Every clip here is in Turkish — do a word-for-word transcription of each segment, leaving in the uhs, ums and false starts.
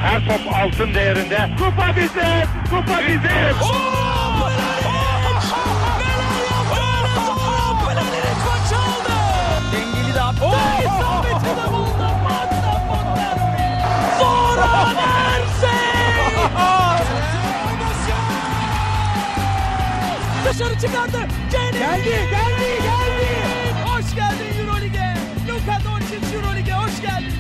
Her top altın değerinde. Kupa bizim, kupa bizim. Oh, Mladenovic maçı aldı. Dengeli de attı. İsabeti de buldu. Maçta Fontervi. Zoran Ersin. Dışarı çıkardı. Geldi, geldi, geldi. Hoş geldin Euroleague'e. Luka Doncic Euroleague'e hoş geldin.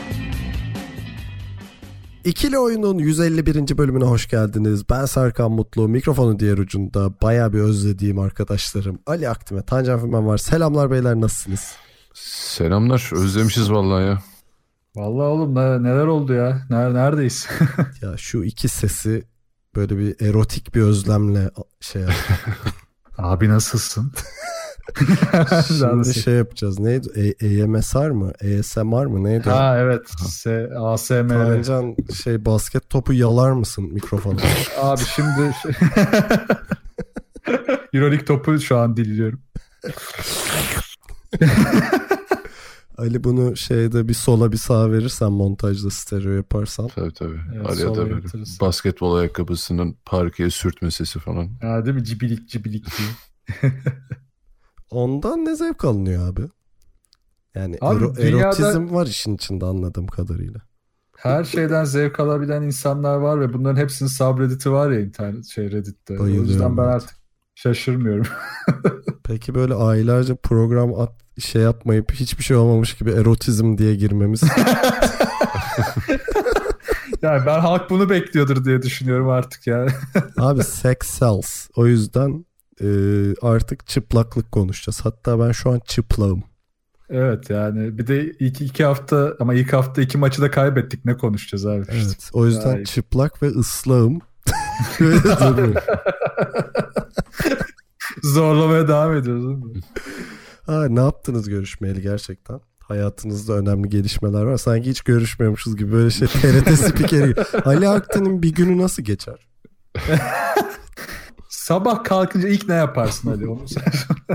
İkili Oyun'un yüz elli birinci bölümüne hoş geldiniz. Ben Serkan Mutlu. Mikrofonun diğer ucunda bayağı bir özlediğim arkadaşlarım Ali Aktin ve Tancan Fümen var. Selamlar beyler, nasılsınız? Selamlar. Özlemişiz vallahi ya. Vallahi oğlum ne, neler oldu ya? Nerede, neredeyiz? Ya şu iki sesi böyle bir erotik bir özlemle şey yap. Abi nasılsın? Şimdi şey yapacağız. Neydi? E- EMSR mı? A S M R mı? Neydi? Ha evet. S- A S M R. Tancan şey basket topu yalar mısın mikrofona? Abi şimdi şey... Euroleague topu şu an dilliyorum. Ali bunu şeyde bir sola bir sağa verirsen, montajda stereo yaparsan. Tabii tabii. Evet, Araya da böyle basketbol ayakkabısının parkeye sürtme sesi falan. Ha, değil mi? Cibilik cibilik diye. Ondan ne zevk alınıyor abi? Yani Abi ero- dünyada... erotizm var işin içinde anladığım kadarıyla. Her şeyden zevk alabilen insanlar var ve bunların hepsinin subreddit'i var ya internet şey Reddit'te. Bayılıyorum. O yüzden ben Evet. artık şaşırmıyorum. Peki böyle aylarca program at, şey yapmayıp hiçbir şey olmamış gibi erotizm diye girmemiz. Yani ben halk bunu bekliyordur diye düşünüyorum artık yani. Abi sex sells. O yüzden e, artık çıplaklık konuşacağız. Hatta ben şu an çıplağım. Evet yani bir de ilk iki hafta ama ilk hafta iki maçı da kaybettik, ne konuşacağız abi? Evet. O yüzden Ay. çıplak ve ıslağım. Böyle duruyorum. Zorlamaya devam ediyoruz değil mi? Ha, ne yaptınız görüşmeyeli gerçekten? Hayatınızda önemli gelişmeler var. Sanki hiç görüşmüyormuşuz gibi böyle şey T R T spikeri. Ali Aktin'in bir günü nasıl geçer? Sabah kalkınca ilk ne yaparsın Ali? Onu sen...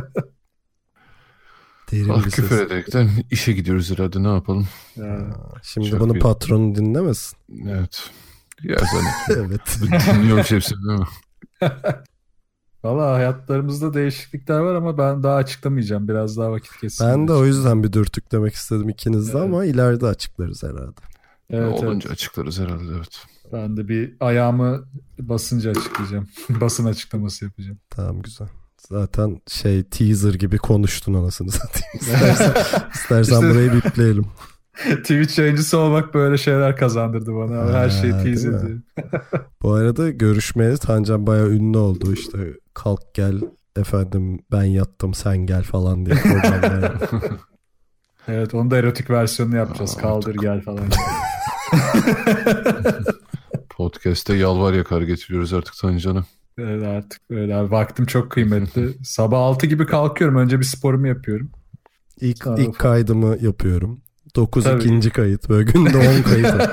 Derin Ah, bir küfür ses. ederekten işe gidiyoruz herhalde, ne yapalım? Yani. Şimdi Çok bunu iyi. patronu dinlemesin. Evet. Ya zannediyorum. Evet. Dinliyormuş hepsini değil mi? Valla hayatlarımızda değişiklikler var ama ben daha açıklamayacağım. Biraz daha vakit kesin. Ben de o yüzden bir dürtük demek istedim ikinizde, Evet. ama ileride açıklarız herhalde. Evet, Olunca evet. açıklarız herhalde, evet. Ben de bir ayağımı basınca açıklayacağım. Basın açıklaması yapacağım. Tamam, güzel. Zaten şey teaser gibi konuştun anasını satayım. İstersen, istersen İşte- burayı bipleyelim. Twitch yayıncısı olmak böyle şeyler kazandırdı bana. Ama her şeyi Ha, değil tease mi? ediyor. Bu arada görüşmeye Tancan bayağı ünlü oldu. İşte kalk gel efendim, ben yattım sen gel falan diye programlar. Evet, onun da erotik versiyonunu yapacağız. Aa, Kaldır gel falan. Podcast'te yalvar yakar getiriyoruz artık Tancan'a. Evet, artık öyle abi. Vaktim çok kıymetli. Sabah altı gibi kalkıyorum. Önce bir sporumu yapıyorum. İlk, Tamam. ilk kaydımı yapıyorum. dokuz Tabii. ikinci kayıt. Böyle günde on kayıt.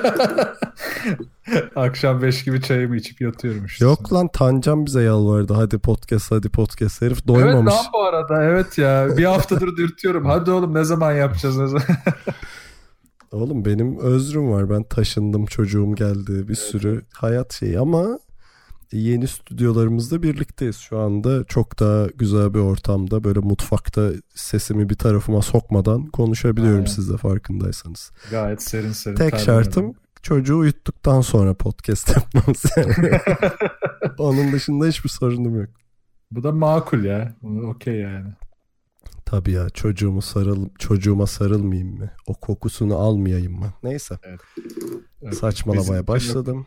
Akşam beş gibi çayımı içip yatıyorum işte. Yok lan, Tancan bize yalvardı. Hadi podcast hadi podcast. Herif Evet doymamış. lan bu arada. Evet ya. Bir haftadır dürtüyorum. Hadi oğlum ne zaman yapacağız? Ne zaman? Oğlum benim özrüm var. Ben taşındım, çocuğum geldi. Bir sürü hayat şeyi ama yeni stüdyolarımızda birlikteyiz. Şu anda çok daha güzel bir ortamda, böyle mutfakta sesimi bir tarafıma sokmadan konuşabiliyorum. Aynen. Siz de farkındaysanız. Gayet serin serin. Tek terliyorum. şartım çocuğu uyuttuktan sonra podcast yapmamız. Yani. Onun dışında hiçbir sorunum yok. Bu da makul ya. Okey yani. Tabii ya, çocuğumu sarıl çocuğuma sarılmayayım mı? O kokusunu almayayım mı? Neyse. Evet. Saçmalamaya Bizim- başladım.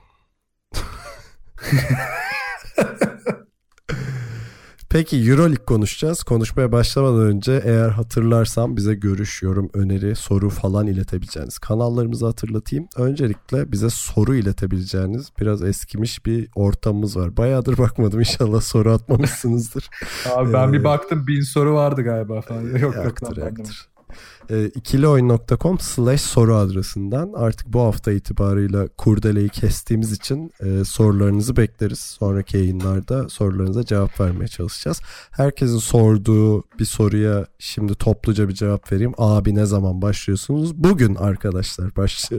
Peki Euroleague konuşacağız. Konuşmaya başlamadan önce eğer hatırlarsam bize görüş, yorum, öneri, soru falan iletebileceğiniz kanallarımızı hatırlatayım. Öncelikle bize soru iletebileceğiniz biraz eskimiş bir ortamımız var. Bayağıdır bakmadım, inşallah soru atmamışsınızdır. Abi ben Ee, bir baktım bin soru vardı galiba falan. Yok yok lan, Yaktır ben de- yaktır. E, ikilioyun nokta com slash soru adresinden artık bu hafta itibarıyla kurdeleyi kestiğimiz için e, sorularınızı bekleriz. Sonraki yayınlarda sorularınıza cevap vermeye çalışacağız. Herkesin sorduğu bir soruya şimdi topluca bir cevap vereyim. Abi ne zaman başlıyorsunuz? Bugün arkadaşlar başlıyoruz.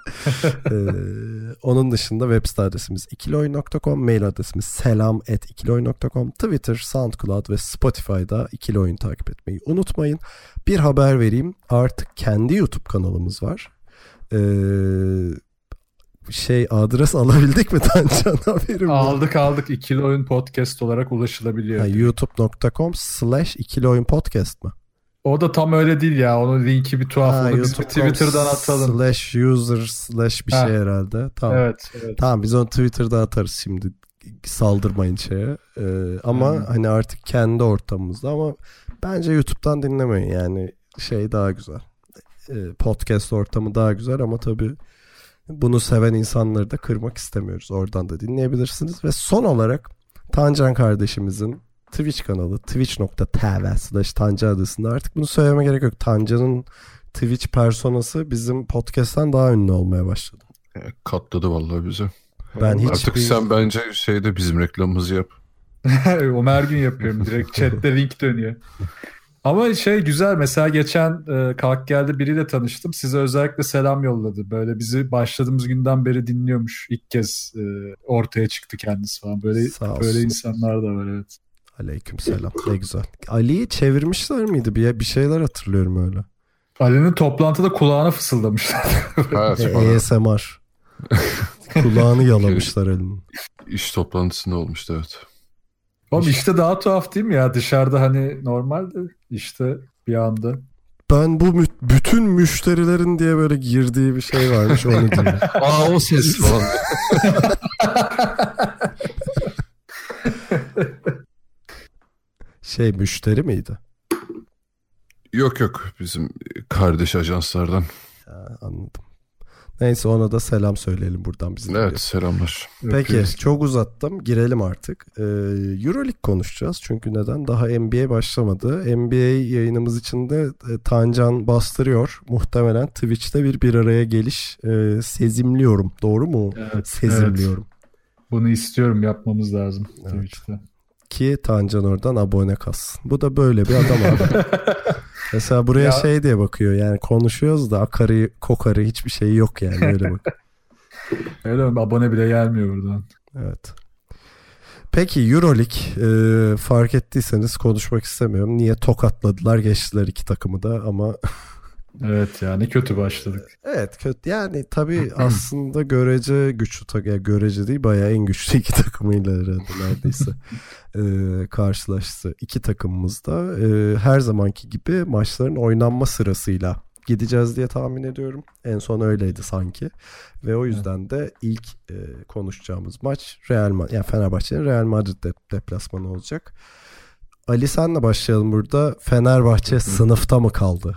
ee, onun dışında web site adresimiz ikiloyun nokta com, mail adresimiz selam at ikiloyun nokta com, Twitter, SoundCloud ve Spotify'da ikiloyun takip etmeyi unutmayın. Bir haber vereyim, artık kendi YouTube kanalımız var. Ee, şey adres alabildik mi Tancan, haberim var. Aldık aldık ikili oyun podcast olarak ulaşılabiliyor. Ha, youtube nokta com slash ikili oyun podcast mı? O da tam öyle değil ya. Onun linki bir tuhaf. Ha, Onu biz bir Twitter'dan atalım. Slash user slash bir ha. şey herhalde. Tamam. Evet, evet. Tamam, biz onu Twitter'da atarız şimdi. Saldırmayın şeye. Ee, ama hmm. hani artık kendi ortamımızda, ama bence YouTube'dan dinlemeyin. Yani şey daha güzel. Ee, podcast ortamı daha güzel, ama tabii bunu seven insanları da kırmak istemiyoruz. Oradan da dinleyebilirsiniz. Ve son olarak Tancan kardeşimizin Twitch kanalı twitch nokta tv slash Tanca adresinde. Artık bunu söyleme gerek yok. Tancan'ın Twitch personası bizim podcast'tan daha ünlü olmaya başladı. E, katladı vallahi bizi. Ben hiç Artık bir... sen bence şeyde bizim reklamımızı yap. O her gün yapıyorum. Direkt chatte link dönüyor. Ama şey güzel, mesela geçen e, Kalk Geldi biriyle tanıştım. Size özellikle selam yolladı. Böyle bizi başladığımız günden beri dinliyormuş. İlk kez e, ortaya çıktı kendisi falan. Böyle böyle insanlar da var, evet. Aleykümselam. Ne güzel. Ali'yi çevirmişler miydi? Bir, bir şeyler hatırlıyorum öyle. Ali'nin toplantıda kulağına fısıldamışlar. Evet, e, A S M R. Kulağını yalamışlar Ali'nin. İş toplantısında olmuştu, evet. Oğlum işte daha tuhaf değil mi ya? Dışarıda hani normalde işte bir anda. Ben bu mü- bütün müşterilerin diye böyle girdiği bir şey varmış, onu diyeyim. Aa, o ses falan. Şey, müşteri miydi? Yok yok, bizim kardeş ajanslardan. Ya, anladım. Neyse, ona da selam söyleyelim buradan bizim. Evet, diye. Selamlar. Peki, Öpüyoruz. çok uzattım. Girelim artık. Ee, Euroleague konuşacağız. Çünkü neden? Daha N B A başlamadı. N B A yayınımız için de e, Tancan bastırıyor. Muhtemelen Twitch'te bir bir araya geliş e, sezimliyorum. Doğru mu? Evet, Sezimliyorum. evet. Bunu istiyorum, yapmamız lazım evet. Twitch'te. Ki Tancan oradan abone kalsın. Bu da böyle bir adam abi. Mesela buraya ya, şey diye bakıyor, yani konuşuyoruz da akarı kokarı hiçbir şey yok yani, öyle bak. Öyle mi? Abone bile gelmiyor buradan. Evet. Peki Euroleague, e, fark ettiyseniz konuşmak istemiyorum. Niye tokatladılar geçtiler iki takımı da, ama evet ya, ne kötü başladık. Evet, kötü yani, tabii aslında görece güçlü takım, yani görece değil, bayağı en güçlü iki takımıyla herhalde neredeyse e, karşılaştı. İki takımımız da e, her zamanki gibi maçların oynanma sırasıyla gideceğiz diye tahmin ediyorum. En son öyleydi sanki. Ve o yüzden de ilk e, konuşacağımız maç Real Ma- yani Fenerbahçe'nin Real Madrid de- deplasmanı olacak. Ali, senle başlayalım burada. Fenerbahçe sınıfta mı kaldı?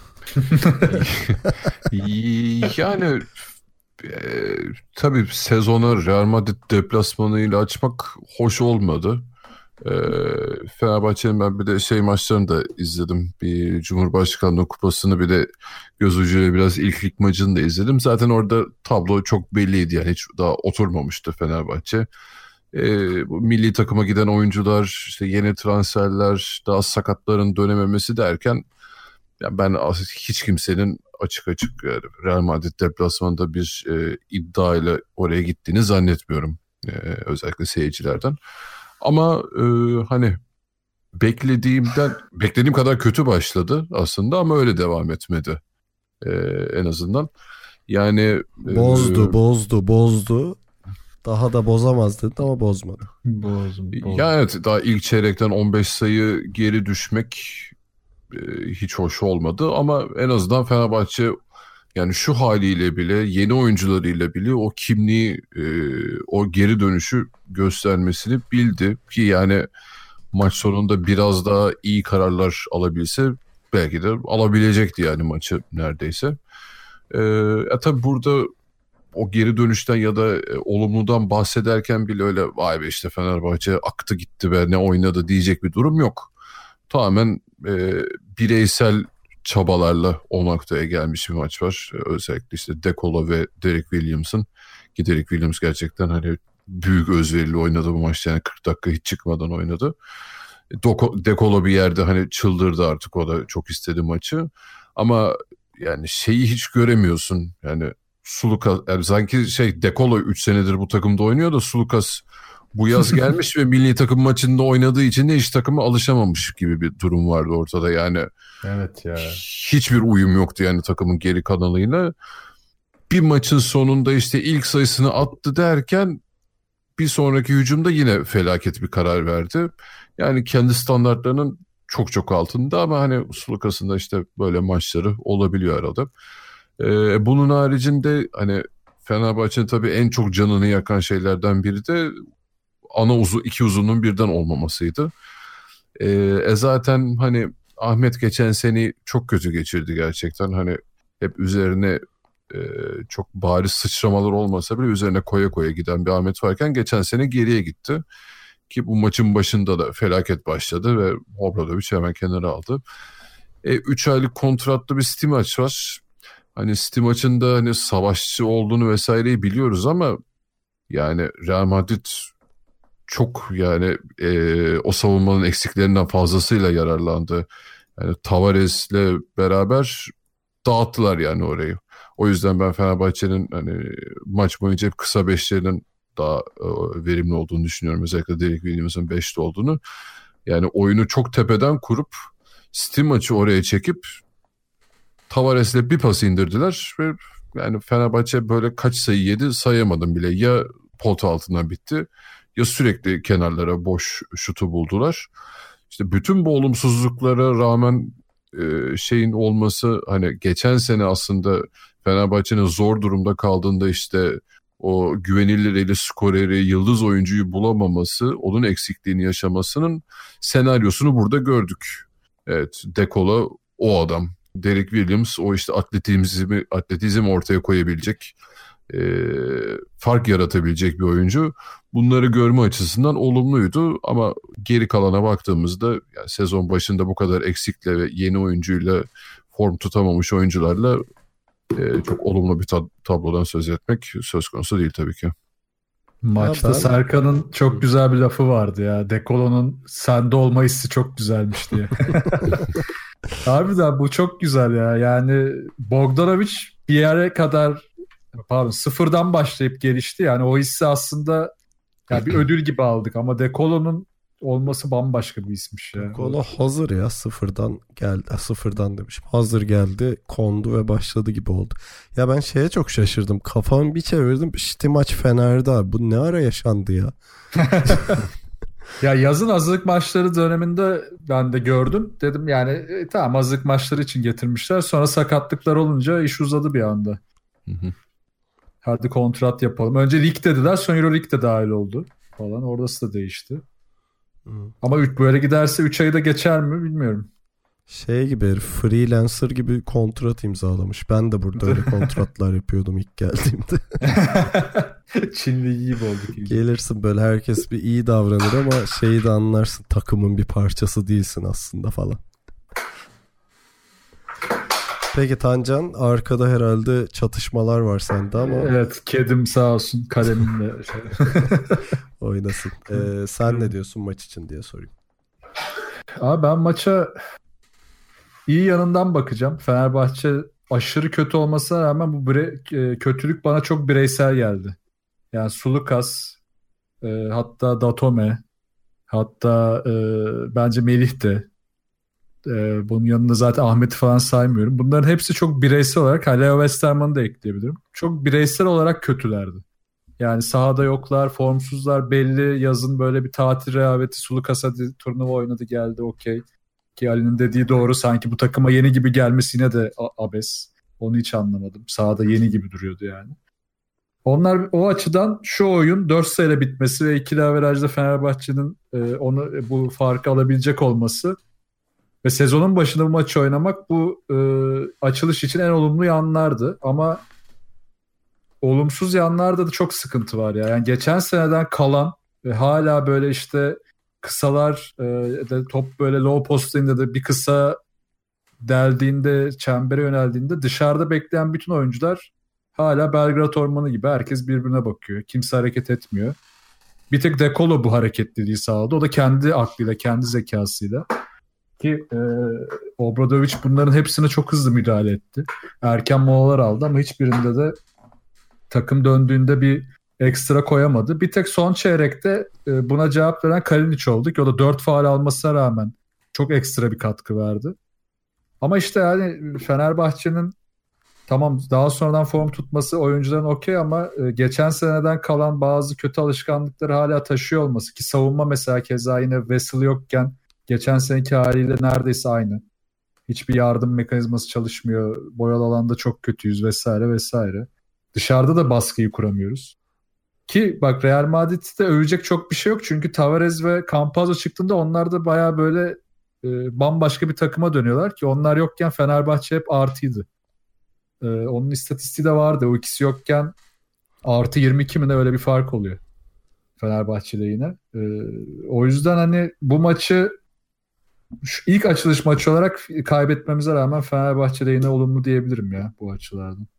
Yani e, tabii sezonu Real Madrid deplasmanıyla açmak hoş olmadı. E, Fenerbahçe'nin ben bir de şey maçlarını da izledim. Bir Cumhurbaşkanlığı kupasını, bir de göz ucuyla biraz ilk lig maçını da izledim. Zaten orada tablo çok belliydi, yani hiç daha oturmamıştı Fenerbahçe. E, bu milli takıma giden oyuncular, işte yeni transferler, daha sakatların dönememesi derken, yani ben hiç kimsenin açık açık yani Real Madrid deplasmanında bir e, iddiayla oraya gittiğini zannetmiyorum. E, özellikle seyircilerden. Ama e, hani beklediğimden beklediğim kadar kötü başladı aslında, ama öyle devam etmedi. E, en azından. Yani bozdu, e, bozdu, bozdu. Daha da bozamaz dedi ama bozmadı. Bozum, bozum. Yani evet, daha ilk çeyrekten on beş sayı geri düşmek hiç hoş olmadı, ama en azından Fenerbahçe yani şu haliyle bile, yeni oyuncularıyla bile o kimliği, o geri dönüşü göstermesini bildi ki, yani maç sonunda biraz daha iyi kararlar alabilse belki de alabilecekti yani maçı neredeyse. E, e tabii burada o geri dönüşten ya da e, olumludan bahsederken bile öyle vay be işte Fenerbahçe aktı gitti be ne oynadı diyecek bir durum yok. Tamamen e, bireysel çabalarla o noktaya gelmiş bir maç var. E, özellikle işte De Colo ve Derek Williams'ın, ki Derek Williams gerçekten hani büyük özverili oynadı bu maçta, yani kırk dakika hiç çıkmadan oynadı. De Colo bir yerde hani çıldırdı artık, o da çok istedi maçı. Ama yani şeyi hiç göremiyorsun. Yani Sulukas yani sanki şey Dekolo üç senedir bu takımda oynuyor da Sulukas bu yaz gelmiş ve milli takım maçında oynadığı için de iş takıma alışamamış gibi bir durum vardı ortada. Yani evet ya. Hiçbir uyum yoktu yani takımın geri kanalıyla. Bir maçın sonunda işte ilk sayısını attı derken bir sonraki hücumda yine felaket bir karar verdi. Yani kendi standartlarının çok çok altında ama hani Sulukas'ın da işte böyle maçları olabiliyor arada. Ee, bunun haricinde hani Fenerbahçe'nin tabii en çok canını yakan şeylerden biri de ana uzun iki uzunun birden olmamasıydı. Ee, e zaten hani Ahmet geçen sene çok kötü geçirdi gerçekten. Hani hep üzerine e, çok bariz sıçramalar olmasa bile üzerine koya koya giden bir Ahmet varken geçen sene geriye gitti. Ki bu maçın başında da felaket başladı ve Obradović hemen kenara aldı. Üç e, aylık kontratlı bir Stimac var. Hani Stimac'ın da hani savaşçı olduğunu vesaireyi biliyoruz ama yani Real Madrid çok yani e, o savunmanın eksiklerinden fazlasıyla yararlandı. Yani Tavares'le beraber dağıttılar yani orayı. O yüzden ben Fenerbahçe'nin hani maç boyunca hep kısa beşlerinin daha e, verimli olduğunu düşünüyorum. Özellikle Derek Williams'ın beşte olduğunu. Yani oyunu çok tepeden kurup Stimac'ı oraya çekip Tavares'le bir pas indirdiler ve yani Fenerbahçe böyle kaç sayı yedi sayamadım bile. Ya pota altından bitti ya sürekli kenarlara boş şutu buldular. İşte bütün bu olumsuzluklara rağmen e, şeyin olması hani geçen sene aslında Fenerbahçe'nin zor durumda kaldığında işte o güvenilir eli skoreri, yıldız oyuncuyu bulamaması, onun eksikliğini yaşamasının senaryosunu burada gördük. Evet, Dekola o adam. Derek Williams o işte atletizmi, atletizm ortaya koyabilecek, e, fark yaratabilecek bir oyuncu. Bunları görme açısından olumluydu ama geri kalana baktığımızda yani sezon başında bu kadar eksikle ve yeni oyuncuyla form tutamamış oyuncularla e, çok olumlu bir tab- tablodan söz etmek söz konusu değil tabii ki. Maçta Ya ben... Serkan'ın çok güzel bir lafı vardı ya. Dekolo'nun sende olma hissi çok güzelmiş diye. Harbiden bu çok güzel ya. Yani Bogdanović bir yere kadar pardon sıfırdan başlayıp gelişti. Yani o hissi aslında yani bir ödül gibi aldık ama Dekolo'nun olması bambaşka bir ismiş ya. Dekolo hazır ya sıfırdan geldi. Sıfırdan demişim. Hazır geldi, kondu ve başladı gibi oldu. Ya ben şeye çok şaşırdım. Kafamı bir çevirdim. İşte maç Fener'de abi. Bu ne ara yaşandı ya? Ya yazın hazırlık maçları döneminde ben de gördüm. Dedim yani e, tamam hazırlık maçları için getirmişler. Sonra sakatlıklar olunca iş uzadı bir anda. Hı hı. Hadi kontrat yapalım. Önce lig dediler, sonra Euro Lig de dahil oldu falan. Orası da değişti. Hı. Ama üç, böyle giderse üç ayı da geçer mi bilmiyorum. Şey gibi herif, freelancer gibi kontrat imzalamış. Ben de burada öyle kontratlar yapıyordum ilk geldiğimde. Çinli gibi olduk. Gelirsin böyle herkes bir iyi davranır ama şeyi de anlarsın, takımın bir parçası değilsin aslında falan. Peki Tancan, arkada herhalde çatışmalar var sende ama. Evet, kedim sağ olsun kalemimle. Oynasın. Ee, sen ne diyorsun maç için diye sorayım. Abi ben maça iyi yanından bakacağım. Fenerbahçe aşırı kötü olmasına rağmen bu bire- kötülük bana çok bireysel geldi. Yani Sulukas, e, hatta Datome, hatta e, bence Melih de. E, bunun yanında zaten Ahmet'i falan saymıyorum. Bunların hepsi çok bireysel olarak, Leo Westerman'ı da ekleyebilirim. Çok bireysel olarak kötülerdi. Yani sahada yoklar, formsuzlar belli. Yazın böyle bir tatil rehaveti, Sulukas'a turnuva oynadı geldi, okey. Ki Ali'nin dediği doğru, sanki bu takıma yeni gibi gelmesi yine de abes. Onu hiç anlamadım. Sahada yeni gibi duruyordu yani. Onlar o açıdan şu oyun dört sayıyla bitmesi ve ikili averajda Fenerbahçe'nin e, onu bu farkı alabilecek olması ve sezonun başında bu maçı oynamak bu e, açılış için en olumlu yanlardı. Ama olumsuz yanlarda da çok sıkıntı var ya. Yani geçen seneden kalan ve hala böyle işte kısalar e, de top böyle low postinde de bir kısa deldiğinde, çembere yöneldiğinde dışarıda bekleyen bütün oyuncular hala Belgrad Ormanı gibi herkes birbirine bakıyor. Kimse hareket etmiyor. Bir tek Dekolo bu hareketliliği sağladı. O da kendi aklıyla, kendi zekasıyla. Ki e, Obradović bunların hepsine çok hızlı müdahale etti. Erken molalar aldı ama hiçbirinde de takım döndüğünde bir ekstra koyamadı. Bir tek son çeyrekte e, buna cevap veren Kalinic oldu ki o da dört faul almasına rağmen çok ekstra bir katkı verdi. Ama işte yani Fenerbahçe'nin tamam daha sonradan form tutması oyuncuların okey ama e, geçen seneden kalan bazı kötü alışkanlıkları hala taşıyor olması ki savunma mesela keza yine Wesley yokken geçen seneki haliyle neredeyse aynı. Hiçbir yardım mekanizması çalışmıyor. Boyalı alanda çok kötüyüz vesaire vesaire. Dışarıda da baskıyı kuramıyoruz. Ki bak Real Madrid'de övecek çok bir şey yok. Çünkü Tavares ve Campazzo çıktığında onlar da baya böyle e, bambaşka bir takıma dönüyorlar ki onlar yokken Fenerbahçe hep artıydı. E, onun istatistiği de vardı. O ikisi yokken artı yirmi iki mi ne öyle bir fark oluyor Fenerbahçe'de yine. E, o yüzden hani bu maçı şu ilk açılış maçı olarak kaybetmemize rağmen Fenerbahçe'de yine olumlu diyebilirim ya bu açılardan.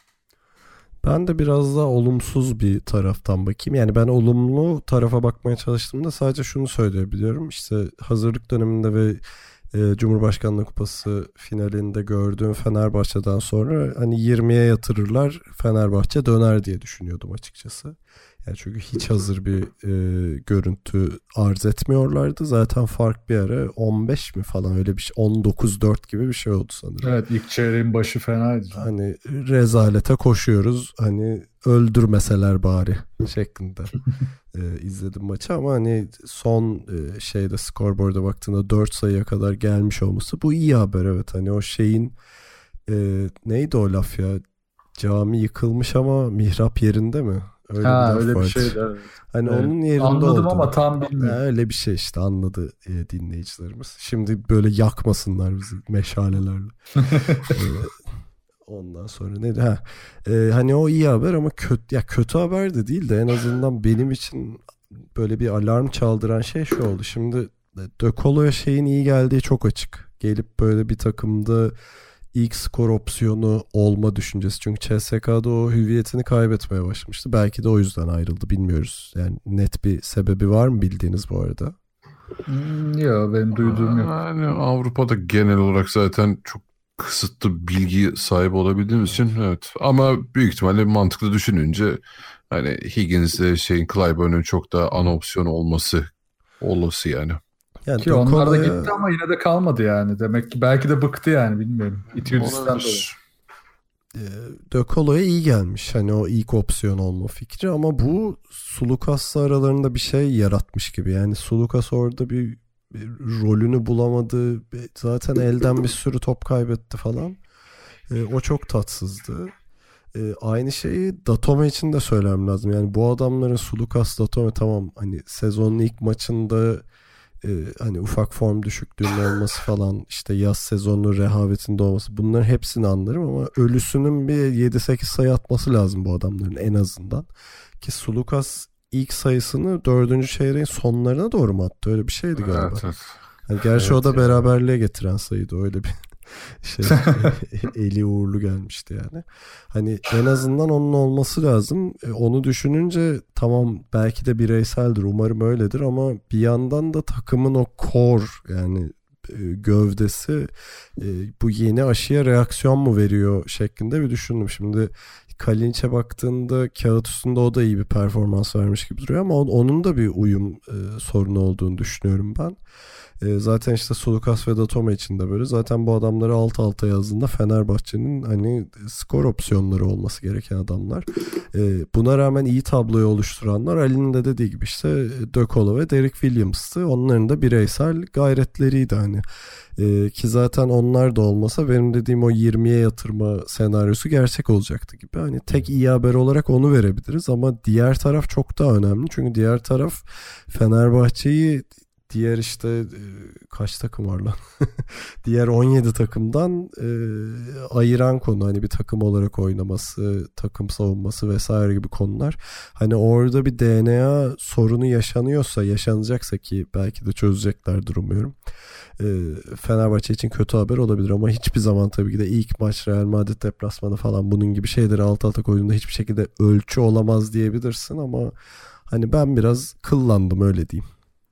Ben de biraz daha olumsuz bir taraftan bakayım. Yani ben olumlu tarafa bakmaya çalıştığımda sadece şunu söyleyebiliyorum. İşte hazırlık döneminde ve e, Cumhurbaşkanlığı Kupası finalinde gördüğüm Fenerbahçe'den sonra hani yirmiye yatırırlar Fenerbahçe döner diye düşünüyordum açıkçası. Yani çünkü hiç hazır bir e, görüntü arz etmiyorlardı. Zaten fark bir ara on beş mi falan öyle bir şey. on dokuz dört gibi bir şey oldu sanırım. Evet ilk çeyreğin başı fenaydı. Hani rezalete koşuyoruz. Hani öldürmeseler bari şeklinde e, izledim maçı ama hani son e, şeyde scoreboard'a baktığında dört sayıya kadar gelmiş olması bu iyi haber evet. Hani o şeyin e, neydi o laf ya? Cami yıkılmış ama mihrap yerinde mi? Öyle ha bir öyle var. bir şeydi evet. Hani evet. onun yerinde Anladım oldu. ama tam bilmiyorum. Öyle bir şey işte anladı e, dinleyicilerimiz. Şimdi böyle yakmasınlar bizi meşalelerle. e, ondan sonra ne? Ha, e, hani o iyi haber ama kötü ya kötü haber de değil de en azından benim için böyle bir alarm çaldıran şey şu oldu. Şimdi De Colo'ya şeyin iyi geldiği çok açık. Gelip böyle bir takımda ilk skor opsiyonu olma düşüncesi. Çünkü C S K'da o hüviyetini kaybetmeye başlamıştı. Belki de o yüzden ayrıldı bilmiyoruz. Yani net bir sebebi var mı bildiğiniz bu arada? Hmm, yok benim duyduğum yok. Yani Avrupa'da genel olarak zaten çok kısıtlı bilgi sahibi olabildiğimiz için evet. Ama büyük ihtimalle mantıklı düşününce hani Higgins'le şeyin Clyburn'un çok da ana opsiyon olması olası yani. Yani Ki onlar da Colo'ya... gitti ama yine de kalmadı yani. Demek ki belki de bıktı yani bilmiyorum. İtiyordistan dolayı. De Colo'ya iyi gelmiş. Hani o ilk opsiyon olma fikri ama bu Sulukas'la aralarında bir şey yaratmış gibi. Yani Sulukas orada bir, bir rolünü bulamadı. Zaten elden bir sürü top kaybetti falan. E, o çok tatsızdı. E, aynı şeyi Datome için de söylemem lazım. Yani bu adamların Sulukas, Datome tamam hani sezonun ilk maçında Ee, hani ufak form düşüklüğünün olması falan işte yaz sezonu rehavetinde olması bunların hepsini anlarım ama ölüsünün bir yedi sekiz sayı atması lazım bu adamların en azından ki Sulukas ilk sayısını dördüncü çeyreğin sonlarına doğru mu attı öyle bir şeydi galiba. Evet, evet. Yani gerçi evet, o da yani. beraberliğe getiren sayıydı öyle bir şey eli uğurlu gelmişti yani. Hani en azından onun olması lazım. E, onu düşününce tamam belki de bireyseldir umarım öyledir ama bir yandan da takımın o core yani e, gövdesi e, bu yeni aşıya reaksiyon mu veriyor şeklinde bir düşündüm. Şimdi Kalinic'e baktığında kağıt üstünde o da iyi bir performans vermiş gibi duruyor ama onun da bir uyum e, sorunu olduğunu düşünüyorum ben. E, zaten işte Sulukas ve Datome için de böyle. Zaten bu adamları alt alta yazdığında Fenerbahçe'nin hani skor opsiyonları olması gereken adamlar. E, buna rağmen iyi tabloyu oluşturanlar Ali'nin de dediği gibi işte De Colo ve Derek Williams'tı. Onların da bireysel gayretleriydi hani. E, ki zaten onlar da olmasa benim dediğim o yirmiye yatırma senaryosu gerçek olacaktı gibi. Hani tek iyi haber olarak onu verebiliriz ama diğer taraf çok daha önemli. Çünkü diğer taraf Fenerbahçe'yi diğer işte kaç takım var lan? diğer on yedi takımdan e, ayıran konu hani bir takım olarak oynaması, takım savunması vesaire gibi konular. Hani orada bir D N A sorunu yaşanıyorsa, yaşanacaksa ki belki de çözeceklerdir umuyorum. E, Fenerbahçe için kötü haber olabilir ama hiçbir zaman tabii ki de ilk maç Real Madrid deplasmanı falan bunun gibi şeyleri alt alta koyduğunda hiçbir şekilde ölçü olamaz diyebilirsin ama hani ben biraz kıllandım öyle diyeyim.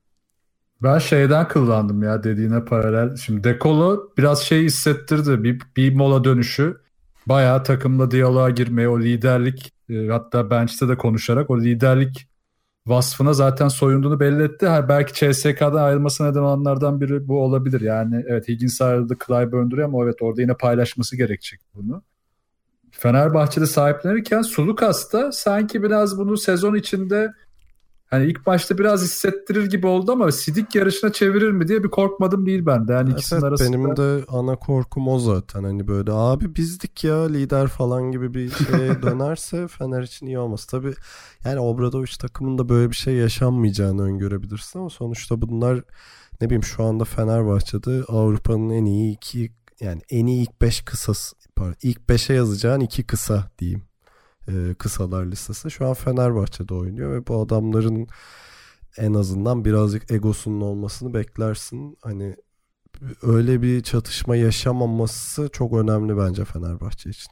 Ben şeyden kıllandım ya dediğine paralel. Şimdi De Colo biraz şey hissettirdi. Bir, bir mola dönüşü. bayağı takımla diyaloğa girmeye, o liderlik e, hatta bench'te de konuşarak o liderlik vasfına zaten soyunduğunu belli etti. Ha, belki C S K'dan ayrılmasına neden olanlardan biri bu olabilir. Yani evet, Higgins ayrıldı, Clyburn duruyor ama evet orada yine paylaşması gerekecek bunu. Fenerbahçe'de sahiplenirken Sulukas da sanki biraz bunu sezon içinde hani ilk başta biraz hissettirir gibi oldu ama Sidik yarışına çevirir mi diye bir korkmadım değil bende. Yani evet, ikisinin arasında. Benim de ana korkum o zaten. Hani böyle abi bizdik ya lider falan gibi bir şeye dönerse Fener için iyi olmaz. Tabii yani Obradoviç takımında böyle bir şey yaşanmayacağını öngörebilirsin ama sonuçta bunlar ne bileyim şu anda Fenerbahçe'de Avrupa'nın en iyi iki yani en iyi ilk beş kısası pardon, ilk beşe yazacağın iki kısa diyeyim. Ee, kısalar listesi. Şu an Fenerbahçe'de oynuyor ve bu adamların en azından birazcık egosunun olmasını beklersin. Hani öyle bir çatışma yaşamaması çok önemli bence Fenerbahçe için.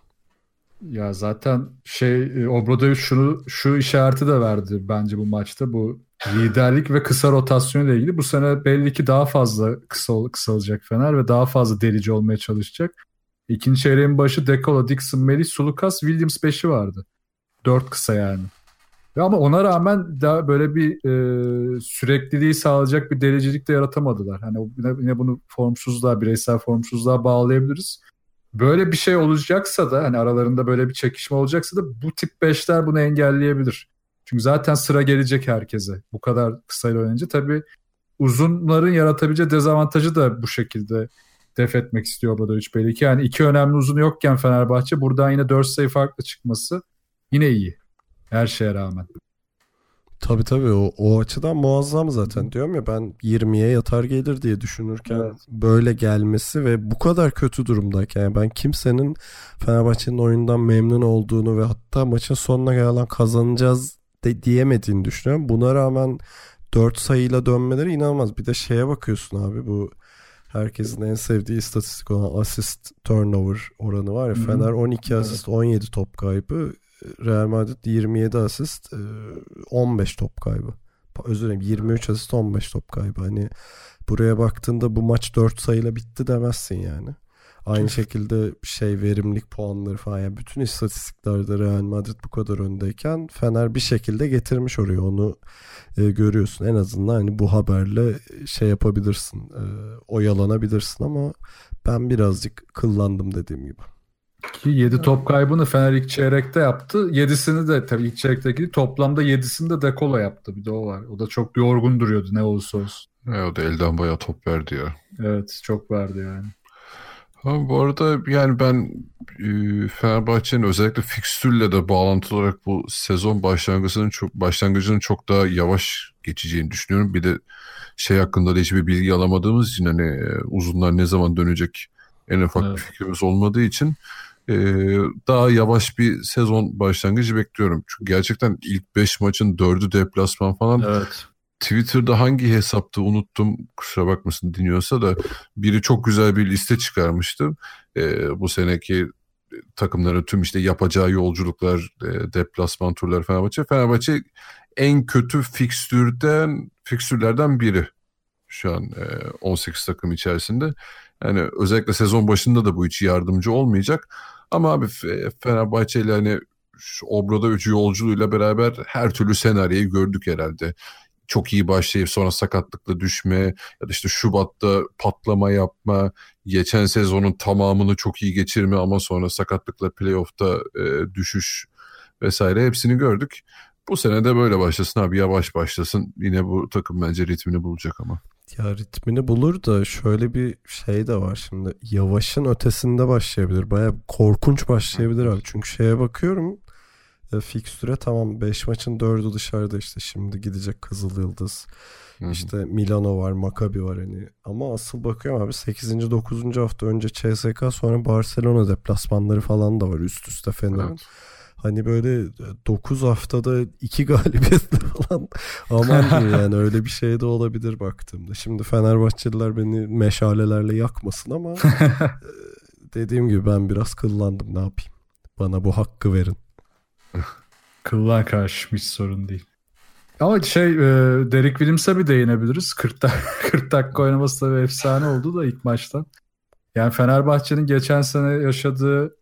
Ya zaten şey Obradoviç şunu şu işareti de verdi bence bu maçta, bu liderlik ve kısa rotasyon ile ilgili. Bu sene belli ki daha fazla kısa kısalacak Fener ve daha fazla delici olmaya çalışacak. İkinci çeyreğin başı Dekola, Dixon, Melih, Sulukas, Williams beşi vardı. Dört kısa yani. Ama ona rağmen daha böyle bir e, sürekliliği sağlayacak bir delicilik de yaratamadılar. Hani yine, yine bunu formsuzluğa, bireysel formsuzluğa bağlayabiliriz. Böyle bir şey olacaksa da hani aralarında böyle bir çekişme olacaksa da bu tip beşler bunu engelleyebilir. Çünkü zaten sıra gelecek herkese. Bu kadar kısayla oynayınca tabii uzunların yaratabileceği dezavantajı da bu şekilde def etmek istiyor Obradoviç belli ki. Yani iki önemli uzun yokken Fenerbahçe buradan yine dört sayı farklı çıkması yine iyi. Her şeye rağmen. Tabii tabii o, o açıdan muazzam zaten. Diyorum ya ben yirmiye yatar gelir diye düşünürken evet. Böyle gelmesi ve bu kadar kötü durumdayken yani ben kimsenin Fenerbahçe'nin oyundan memnun olduğunu ve hatta maçın sonuna gelen kazanacağız de diyemediğini düşünüyorum. Buna rağmen dört sayıyla dönmeleri inanılmaz. Bir de şeye bakıyorsun abi, bu herkesin en sevdiği istatistik olan assist turnover oranı var ya. Hı-hı. Fener on iki asist, on yedi top kaybı. Real Madrid yirmi yedi asist, on beş top kaybı. Özür dilerim, yirmi üç asist, on beş top kaybı. Hani buraya baktığında bu maç dört sayıyla bitti demezsin yani. Aynı şekilde şey verimlilik puanları falan, yani bütün istatistiklerde Real Madrid bu kadar öndeyken Fener bir şekilde getirmiş oraya, onu e, görüyorsun. En azından hani bu haberle şey yapabilirsin, e, oyalanabilirsin ama ben birazcık kıllandım dediğim gibi. Ki yedi top kaybını Fener ilk çeyrekte yaptı. yedisini de tabii ilk çeyrekteki toplamda yedisini de Dekola yaptı. Bir de o var. O da çok yorgun duruyordu ne olursa olsun. E, o da elden bayağı top verdi ya. Evet, çok verdi yani. Ama bu arada yani ben e, Fenerbahçe'nin özellikle fikstürle de bağlantılı olarak bu sezon başlangıcının çok başlangıcının çok daha yavaş geçeceğini düşünüyorum. Bir de şey hakkında da hiçbir bilgi alamadığımız için hani e, uzunlar ne zaman dönecek en ufak evet. bir fikrimiz olmadığı için e, daha yavaş bir sezon başlangıcı bekliyorum. Çünkü gerçekten ilk beş maçın dördü deplasman falan. Evet. Twitter'da hangi hesaptı unuttum, kusura bakmasın dinliyorsa da, biri çok güzel bir liste çıkarmıştı. E, bu seneki takımların tüm işte yapacağı yolculuklar, e, deplasman turları Fenerbahçe. Fenerbahçe en kötü fikstürden fikstürlerden biri şu an e, on sekiz takım içerisinde. Yani özellikle sezon başında da bu hiç yardımcı olmayacak. Ama abi Fenerbahçe ile hani Obradoviç yolculuğuyla beraber her türlü senaryoyu gördük herhalde. Çok iyi başlayıp sonra sakatlıkla düşme ya da işte Şubat'ta patlama yapma, geçen sezonun tamamını çok iyi geçirme ama sonra sakatlıkla playoff'ta e, düşüş vesaire, hepsini gördük. Bu sene de böyle başlasın abi, yavaş başlasın. Yine bu takım bence ritmini bulacak ama. Ya ritmini bulur da şöyle bir şey de var şimdi. Yavaşın ötesinde başlayabilir. Bayağı korkunç başlayabilir abi. Çünkü şeye bakıyorum. E, fikstüre tamam beş maçın dördü dışarıda, işte şimdi gidecek Kızıl Yıldız. Hı-hı. İşte Milano var, Maccabi var hani. Ama asıl bakıyorum abi sekizinci dokuzuncu hafta önce C S K, sonra Barcelona deplasmanları falan da var üst üste Fener'in. Evet. Hani böyle dokuz haftada iki galibiyetle falan aman diyeyim yani, öyle bir şey de olabilir baktığımda. Şimdi Fenerbahçeliler beni meşalelerle yakmasın ama dediğim gibi ben biraz kıllandım, ne yapayım. Bana bu hakkı verin. Kıllan karşı hiç sorun değil. Ama şey e, Derek Williams'a bir değinebiliriz. kırk, kırk dakika oynaması tabii efsane oldu da ilk maçtan. Yani Fenerbahçe'nin geçen sene yaşadığı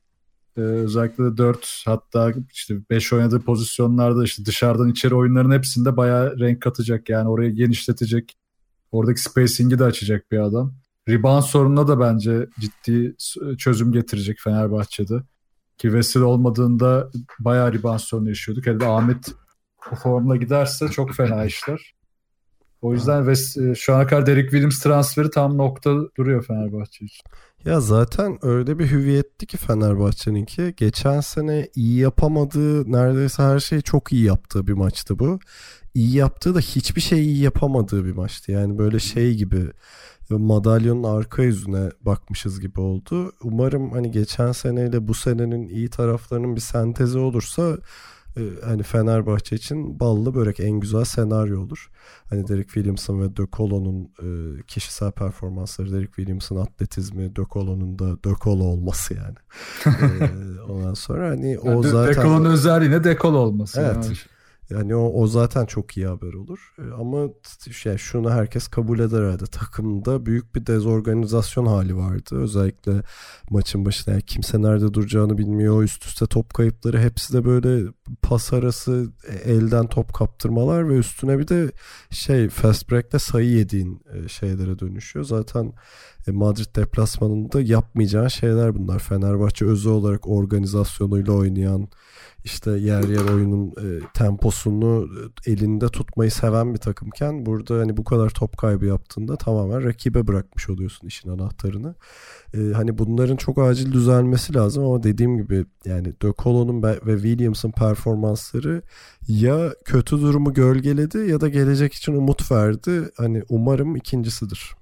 Ee, özellikle de dört hatta işte beş oynadığı pozisyonlarda işte dışarıdan içeri oyunların hepsinde bayağı renk katacak. Yani orayı genişletecek. Oradaki spacing'i de açacak bir adam. Rebound sorununa da bence ciddi çözüm getirecek Fenerbahçe'de. Ki Veseli olmadığında bayağı rebound sorunu yaşıyorduk. Hele de Ahmet bu formla giderse çok fena işler. O yüzden Ves- şu ana kadar Derek Williams transferi tam nokta duruyor Fenerbahçe için. Ya zaten öyle bir hüviyetti ki Fenerbahçe'ninki. Geçen sene iyi yapamadığı, neredeyse her şeyi çok iyi yaptığı bir maçtı bu. İyi yaptığı da hiçbir şey iyi yapamadığı bir maçtı. Yani böyle şey gibi, madalyonun arka yüzüne bakmışız gibi oldu. Umarım hani geçen seneyle bu senenin iyi taraflarının bir sentezi olursa e, hani Fenerbahçe için ballı börek, en güzel senaryo olur. Hani Derek Williams'ın ve De Colo'nun e, kişisel performansları, Derek Williams'ın atletizmi, De Colo'nun da De Colo olması yani. e, ondan sonra hani o yani zaten... De Colo'nun özelliğine De Colo olması. Evet. Yani. Yani o, o zaten çok iyi haber olur. Ama şey, şunu herkes kabul eder herhalde. Takımda büyük bir dezorganizasyon hali vardı. Özellikle maçın başında yani kimse nerede duracağını bilmiyor. Üst üste top kayıpları, hepsi de böyle pas arası elden top kaptırmalar ve üstüne bir de şey fast break'te sayı yediğin şeylere dönüşüyor. Zaten Madrid deplasmanında yapmayacağın şeyler bunlar. Fenerbahçe özel olarak organizasyonuyla oynayan, İşte yer yer oyunun e, temposunu elinde tutmayı seven bir takımken burada hani bu kadar top kaybı yaptığında tamamen rakibe bırakmış oluyorsun işin anahtarını. E, hani bunların çok acil düzelmesi lazım ama dediğim gibi yani De Colo'nun ve Williams'ın performansları ya kötü durumu gölgeledi ya da gelecek için umut verdi. Hani umarım ikincisidir.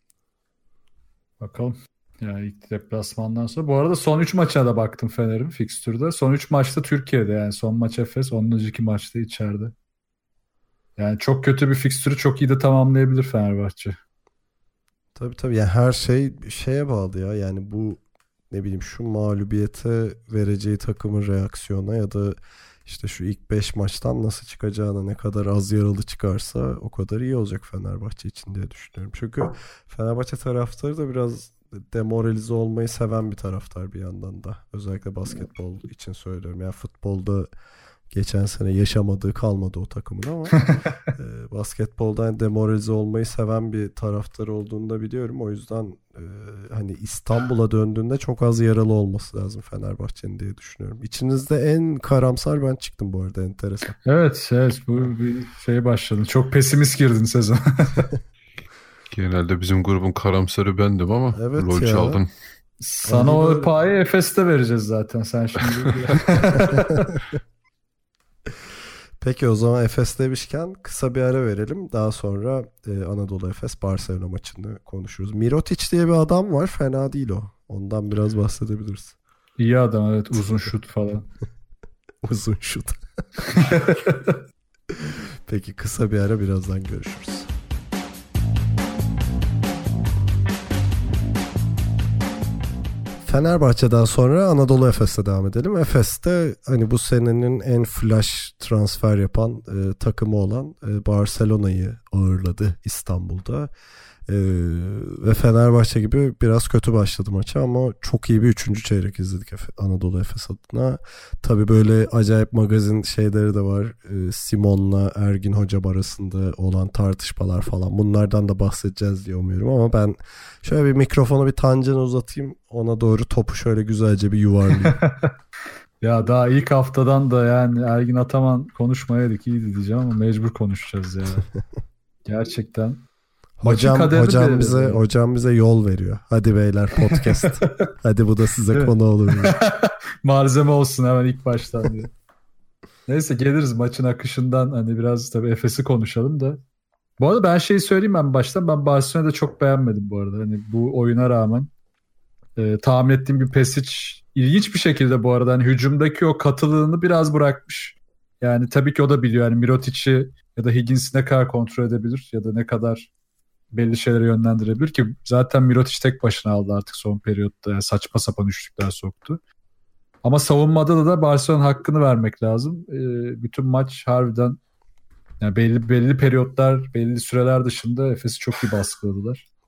Bakalım. Yani ilk deplasmandan sonra. Bu arada son üç maça da baktım Fener'in fikstürde. Son üç maçta Türkiye'de, yani son maç Efes, onun önceki maçta içeride. Yani çok kötü bir fikstürü çok iyi de tamamlayabilir Fenerbahçe. Tabii tabii yani her şey şeye bağlı ya, yani bu ne bileyim şu mağlubiyete vereceği takımın reaksiyona ya da işte şu ilk beş maçtan nasıl çıkacağına, ne kadar az yaralı çıkarsa o kadar iyi olacak Fenerbahçe için diye düşünüyorum. Çünkü Fenerbahçe taraftarı da biraz demoralize olmayı seven bir taraftar bir yandan da. Özellikle basketbol için söylüyorum. Yani futbolda geçen sene yaşamadığı kalmadı o takımın ama e, basketboldan demoralize olmayı seven bir taraftar olduğunu da biliyorum. O yüzden e, hani İstanbul'a döndüğünde çok az yaralı olması lazım Fenerbahçe'nin diye düşünüyorum. İçinizde en karamsar ben çıktım bu arada, enteresan. Evet, evet, bu bir şey başladı. Çok pesimist girdin sezon. Genelde bizim grubun karamsarı bendim ama evet rol ya. çaldın. Sana o böyle... payı Efes'te vereceğiz zaten sen şimdi. Peki o zaman Efes demişken kısa bir ara verelim. Daha sonra e, Anadolu Efes Barcelona maçını konuşuruz. Mirotic diye bir adam var. Fena değil o. Ondan biraz bahsedebiliriz. İyi adam, evet. Uzun şut falan. Uzun şut. Peki kısa bir ara, birazdan görüşürüz. Fenerbahçe'den sonra Anadolu Efes'e devam edelim. Efes'te hani bu senenin en flash transfer yapan e, takımı olan e, Barcelona'yı ağırladı İstanbul'da. E, ve Fenerbahçe gibi biraz kötü başladı maça ama çok iyi bir üçüncü çeyrek izledik Efe, Anadolu Efes adına. Tabii böyle acayip magazin şeyleri de var. E, Simon'la Ergin Hocam arasında olan tartışmalar falan. Bunlardan da bahsedeceğiz diye umuyorum ama ben şöyle bir mikrofonu bir tancana uzatayım. Ona doğru topu şöyle güzelce bir yuvarlayayım. Ya daha ilk haftadan da yani Ergin Ataman konuşmayaydık iyiydi diyeceğim ama mecbur konuşacağız ya. Gerçekten. Hocam hocam bize yani. hocam bize yol veriyor. Hadi beyler podcast. Hadi bu da size konu olur. Malzeme olsun hemen ilk baştan diye. Neyse geliriz maçın akışından, hani biraz tabii Efes'i konuşalım da. Bu arada ben şeyi söyleyeyim ben baştan. Ben Barcelona'da çok beğenmedim bu arada. Hani bu oyuna rağmen e, tahmin ettiğim bir Pesic ilginç bir şekilde bu arada hani hücumdaki o katılığını biraz bırakmış. Yani tabii ki o da biliyor yani Mirotic'i ya da Higgins'i ne kadar kontrol edebilir ya da ne kadar belli şeylere yönlendirebilir ki zaten Mirotic tek başına aldı artık son periyotta. Yani saçma sapan üçlükler soktu. Ama savunmada da, da Barcelona'nın hakkını vermek lazım. E, bütün maç harbiden yani belli belli periyotlar, belli süreler dışında Efes'i çok iyi baskıladılar.